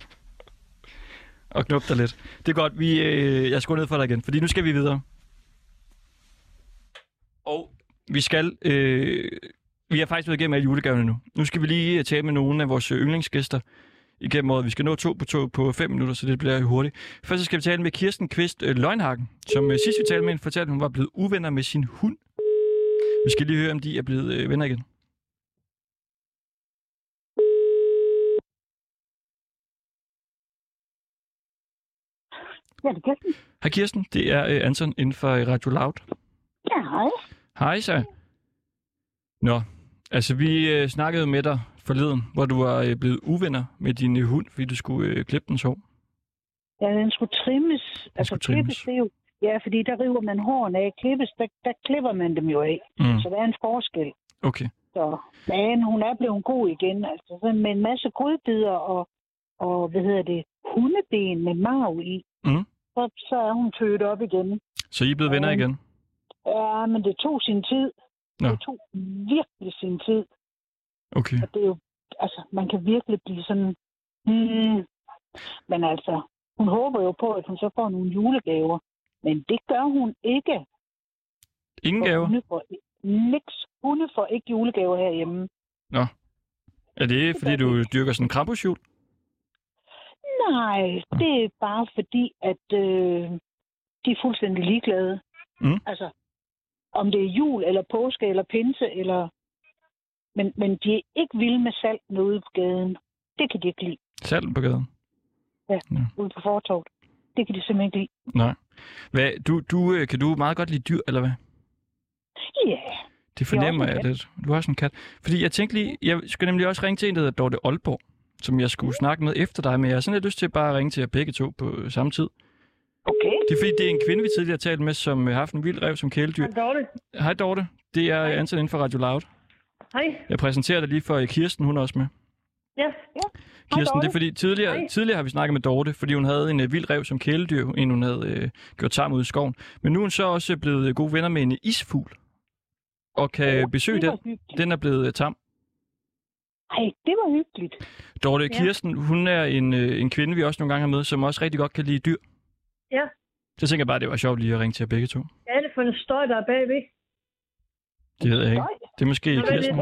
Speaker 1: og knuppe dig lidt. Det er godt, jeg skal ned for dig igen, fordi nu skal vi videre. Og vi skal... vi har faktisk været igennem alle julegaverne nu. Nu skal vi lige tale med nogle af vores yndlingsgæster igennem året. Vi skal nå 2 på 2 på 5 minutter, så det bliver hurtigt. Først skal vi tale med Kirsten Kvist Løgnhagen, som sidst vi talte med hende, fortalte, at hun var blevet uvenner med sin hund. Vi skal lige høre, om de er blevet venner igen.
Speaker 13: Ja, det er Kirsten.
Speaker 1: Hej Kirsten, det er Anton inden for Radio Loud.
Speaker 13: Ja, hej.
Speaker 1: Hej så. Nå, altså vi snakkede med dig forleden, hvor du var blevet uvenner med din hund, fordi du skulle klippe dens hår.
Speaker 13: Ja, den skulle trimmes. Klippes, det er jo... Ja, fordi der river man hårene af. Klippes, der klipper man dem jo af. Så der er en forskel.
Speaker 1: Okay.
Speaker 13: Så, men hun er blevet god igen. Altså sådan med en masse godbidder og hundeben med marv i. Så er hun født op igen.
Speaker 1: Så I er blevet venner igen?
Speaker 13: Ja, men det tog sin tid.
Speaker 1: Nå.
Speaker 13: Det tog virkelig sin tid.
Speaker 1: Okay.
Speaker 13: Og det er jo, altså, man kan virkelig blive sådan... Men altså, hun håber jo på, at hun så får nogle julegaver. Men det gør hun ikke.
Speaker 1: Ingen gaver?
Speaker 13: Hunde får ikke julegaver herhjemme.
Speaker 1: Nå. Er det fordi, du dyrker sådan en krampusjul?
Speaker 13: Nej, det er bare fordi, at de er fuldstændig ligeglade. Altså, om det er jul, eller påske, eller pinse, eller... Men de er ikke vilde med salten ude på gaden. Det kan de ikke lide.
Speaker 1: Salten på gaden?
Speaker 13: Ja, ude på fortovet. Det kan de simpelthen ikke lide.
Speaker 1: Nej. Kan du meget godt lide dyr, eller hvad?
Speaker 13: Ja.
Speaker 1: Det fornemmer jeg lidt. Du har sådan en kat. Fordi jeg tænkte lige, jeg skulle nemlig også ringe til en, der hedder Dorte Aalborg, som jeg skulle snakke med efter dig, men jeg har sådan lidt lyst til at bare ringe til jer begge to på samme tid.
Speaker 13: Okay.
Speaker 1: Det er fordi, det er en kvinde, vi tidligere har talt med, som har haft en vild ræv som kæledyr.
Speaker 14: Hej Dorte.
Speaker 1: Hej Dorte. Det er Anton inden for Radio Loud.
Speaker 14: Hej.
Speaker 1: Jeg præsenterer dig lige for Kirsten, hun er også med.
Speaker 14: Ja.
Speaker 1: Kirsten, det er fordi tidligere har vi snakket med Dorte, fordi hun havde en vild ræv som kæledyr, en hun havde gjort tam ude i skoven. Men nu er hun så også blevet gode venner med en isfugl, og kan besøge den. Den er blevet tam.
Speaker 13: Ej, det var hyggeligt.
Speaker 1: Dorte, Kirsten, hun er en kvinde, vi også nogle gange har med, som også rigtig godt kan lide dyr.
Speaker 14: Ja.
Speaker 1: Så tænker jeg bare, det var sjovt lige at ringe til jer begge to.
Speaker 14: Hvad er det for en støj, der er bagved?
Speaker 1: Det ved jeg ikke. Det er måske Kirsten.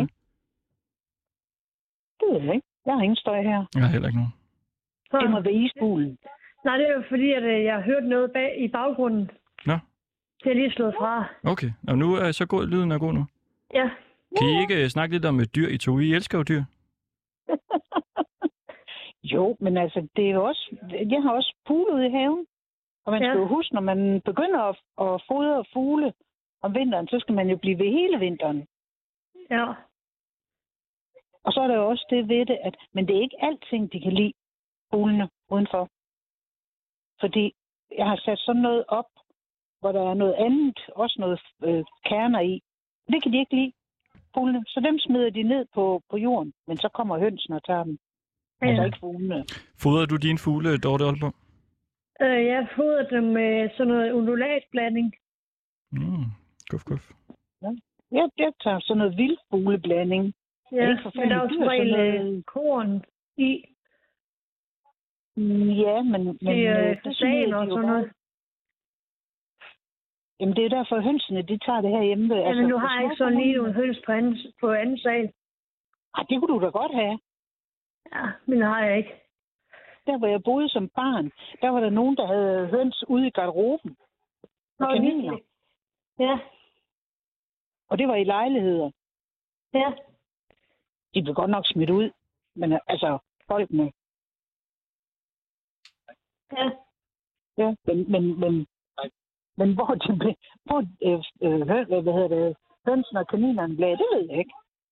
Speaker 13: Det ved jeg ikke. Jeg har ingen støj her.
Speaker 1: Jeg har heller ikke nogen.
Speaker 13: Det må være isbulen.
Speaker 14: Nej, det er jo fordi, at jeg har hørt noget i baggrunden.
Speaker 1: Nå.
Speaker 14: Det er lige slået fra.
Speaker 1: Okay. Og nu er så god, lyden er god nu.
Speaker 14: Ja.
Speaker 1: Kan I ikke snakke lidt om dyr i to? I elsker jo dyr.
Speaker 13: Jo, men altså, det er jo også... Jeg har også fugle ude i haven. Og man skal jo huske, når man begynder at fodre fugle om vinteren, så skal man jo blive ved hele vinteren.
Speaker 14: Ja.
Speaker 13: Og så er der jo også det ved det, at... Men det er ikke alting, de kan lide, fuglene udenfor. Fordi jeg har sat sådan noget op, hvor der er noget andet, også noget kerner i. Det kan de ikke lide, fuglene. Så dem smider de ned på jorden, men så kommer hønsen og tager dem. Ja. Altså ikke fuglene.
Speaker 1: Fodrer du dine fugle, Dorte Aalborg?
Speaker 14: Jeg fodrer dem med sådan noget undulatblanding.
Speaker 1: Guf.
Speaker 13: Ja. Jeg tager sådan noget vildfugleblanding.
Speaker 14: Ja, men der er jo som regel korn i.
Speaker 13: Ja, men
Speaker 14: det sagen og sådan noget.
Speaker 13: Jamen, det er derfor hønsene, de tager det her hjemme.
Speaker 14: Ja, men du har ikke sådan lige nogle høns på anden sal.
Speaker 13: Ej, det kunne du da godt have.
Speaker 14: Ja, men det har jeg ikke.
Speaker 13: Der, hvor jeg boede som barn, der var der nogen, der havde høns ude i garderoben. Og kaniner.
Speaker 14: Ja.
Speaker 13: Og det var i lejligheder.
Speaker 14: Ja.
Speaker 13: De blev godt nok smidt ud. Men altså, folkene.
Speaker 14: Ja.
Speaker 13: Ja, men hvor de blev, hønsen og kaninerne blev, det ved jeg ikke.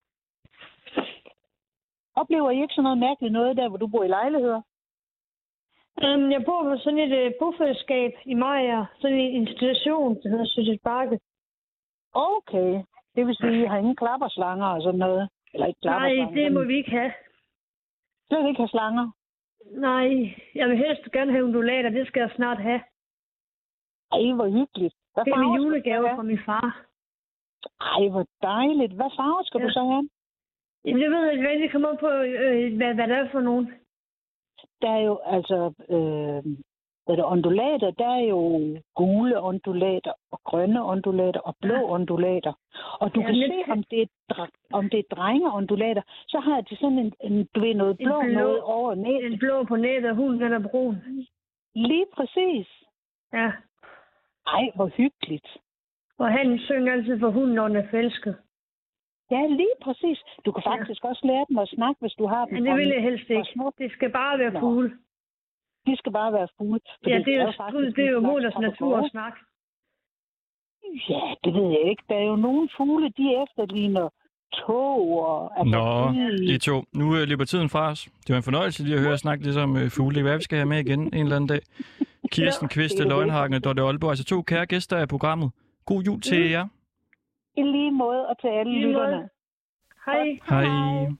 Speaker 13: Oplever I ikke sådan noget mærkeligt noget der, hvor du bor i lejligheder?
Speaker 14: Jeg bor på sådan et bofællesskab i Maja, sådan en institution, der hedder Søsset Bakke.
Speaker 13: Okay. Det vil sige, at I har ingen klapperslanger og sådan noget? Eller ikke klapperslanger?
Speaker 14: Nej, det må vi ikke have.
Speaker 13: Slet ikke have slanger?
Speaker 14: Nej, jeg vil helst gerne have undulater. Det skal jeg snart have.
Speaker 13: Ej, hvor hyggeligt.
Speaker 14: Det er min julegave fra min far.
Speaker 13: Ej, hvor dejligt. Hvad farve skal du så have?
Speaker 14: Jamen, jeg ved ikke rigtig komme op på, hvad det er for nogen.
Speaker 13: Der er jo, altså, undulater, der er jo gule undulater, og grønne undulater, og blå undulater. Og du kan se, om det er drengeundulater, så har de sådan en du ved, noget blå noget over net.
Speaker 14: En blå på nettet, og hunden er brun.
Speaker 13: Lige præcis.
Speaker 14: Ja.
Speaker 13: Ej, hvor hyggeligt.
Speaker 14: Og han synger altid for hunden, når den er fælsket.
Speaker 13: Ja, lige præcis. Du kan faktisk også lære dem at snakke, hvis du har dem.
Speaker 14: Men det vil jeg helst ikke. Det skal bare være fugle.
Speaker 13: De skal bare være fugle.
Speaker 14: Ja, det er jo moders natur at snakke.
Speaker 13: Ja, det ved jeg ikke. Der er jo nogle fugle, de efterligner tog og...
Speaker 1: Nå, I to. Nu løber tiden fra os. Det var en fornøjelse lige at høre snakke lidt om fugle. Hvad vi skal have med igen en eller anden dag. Kirsten Kvist, Løgnhagen og Dorte Aalborg. Altså 2 kære gæster af programmet. God jul til jer.
Speaker 13: I lige måde og til alle lytterne.
Speaker 14: Hej.
Speaker 1: Hej.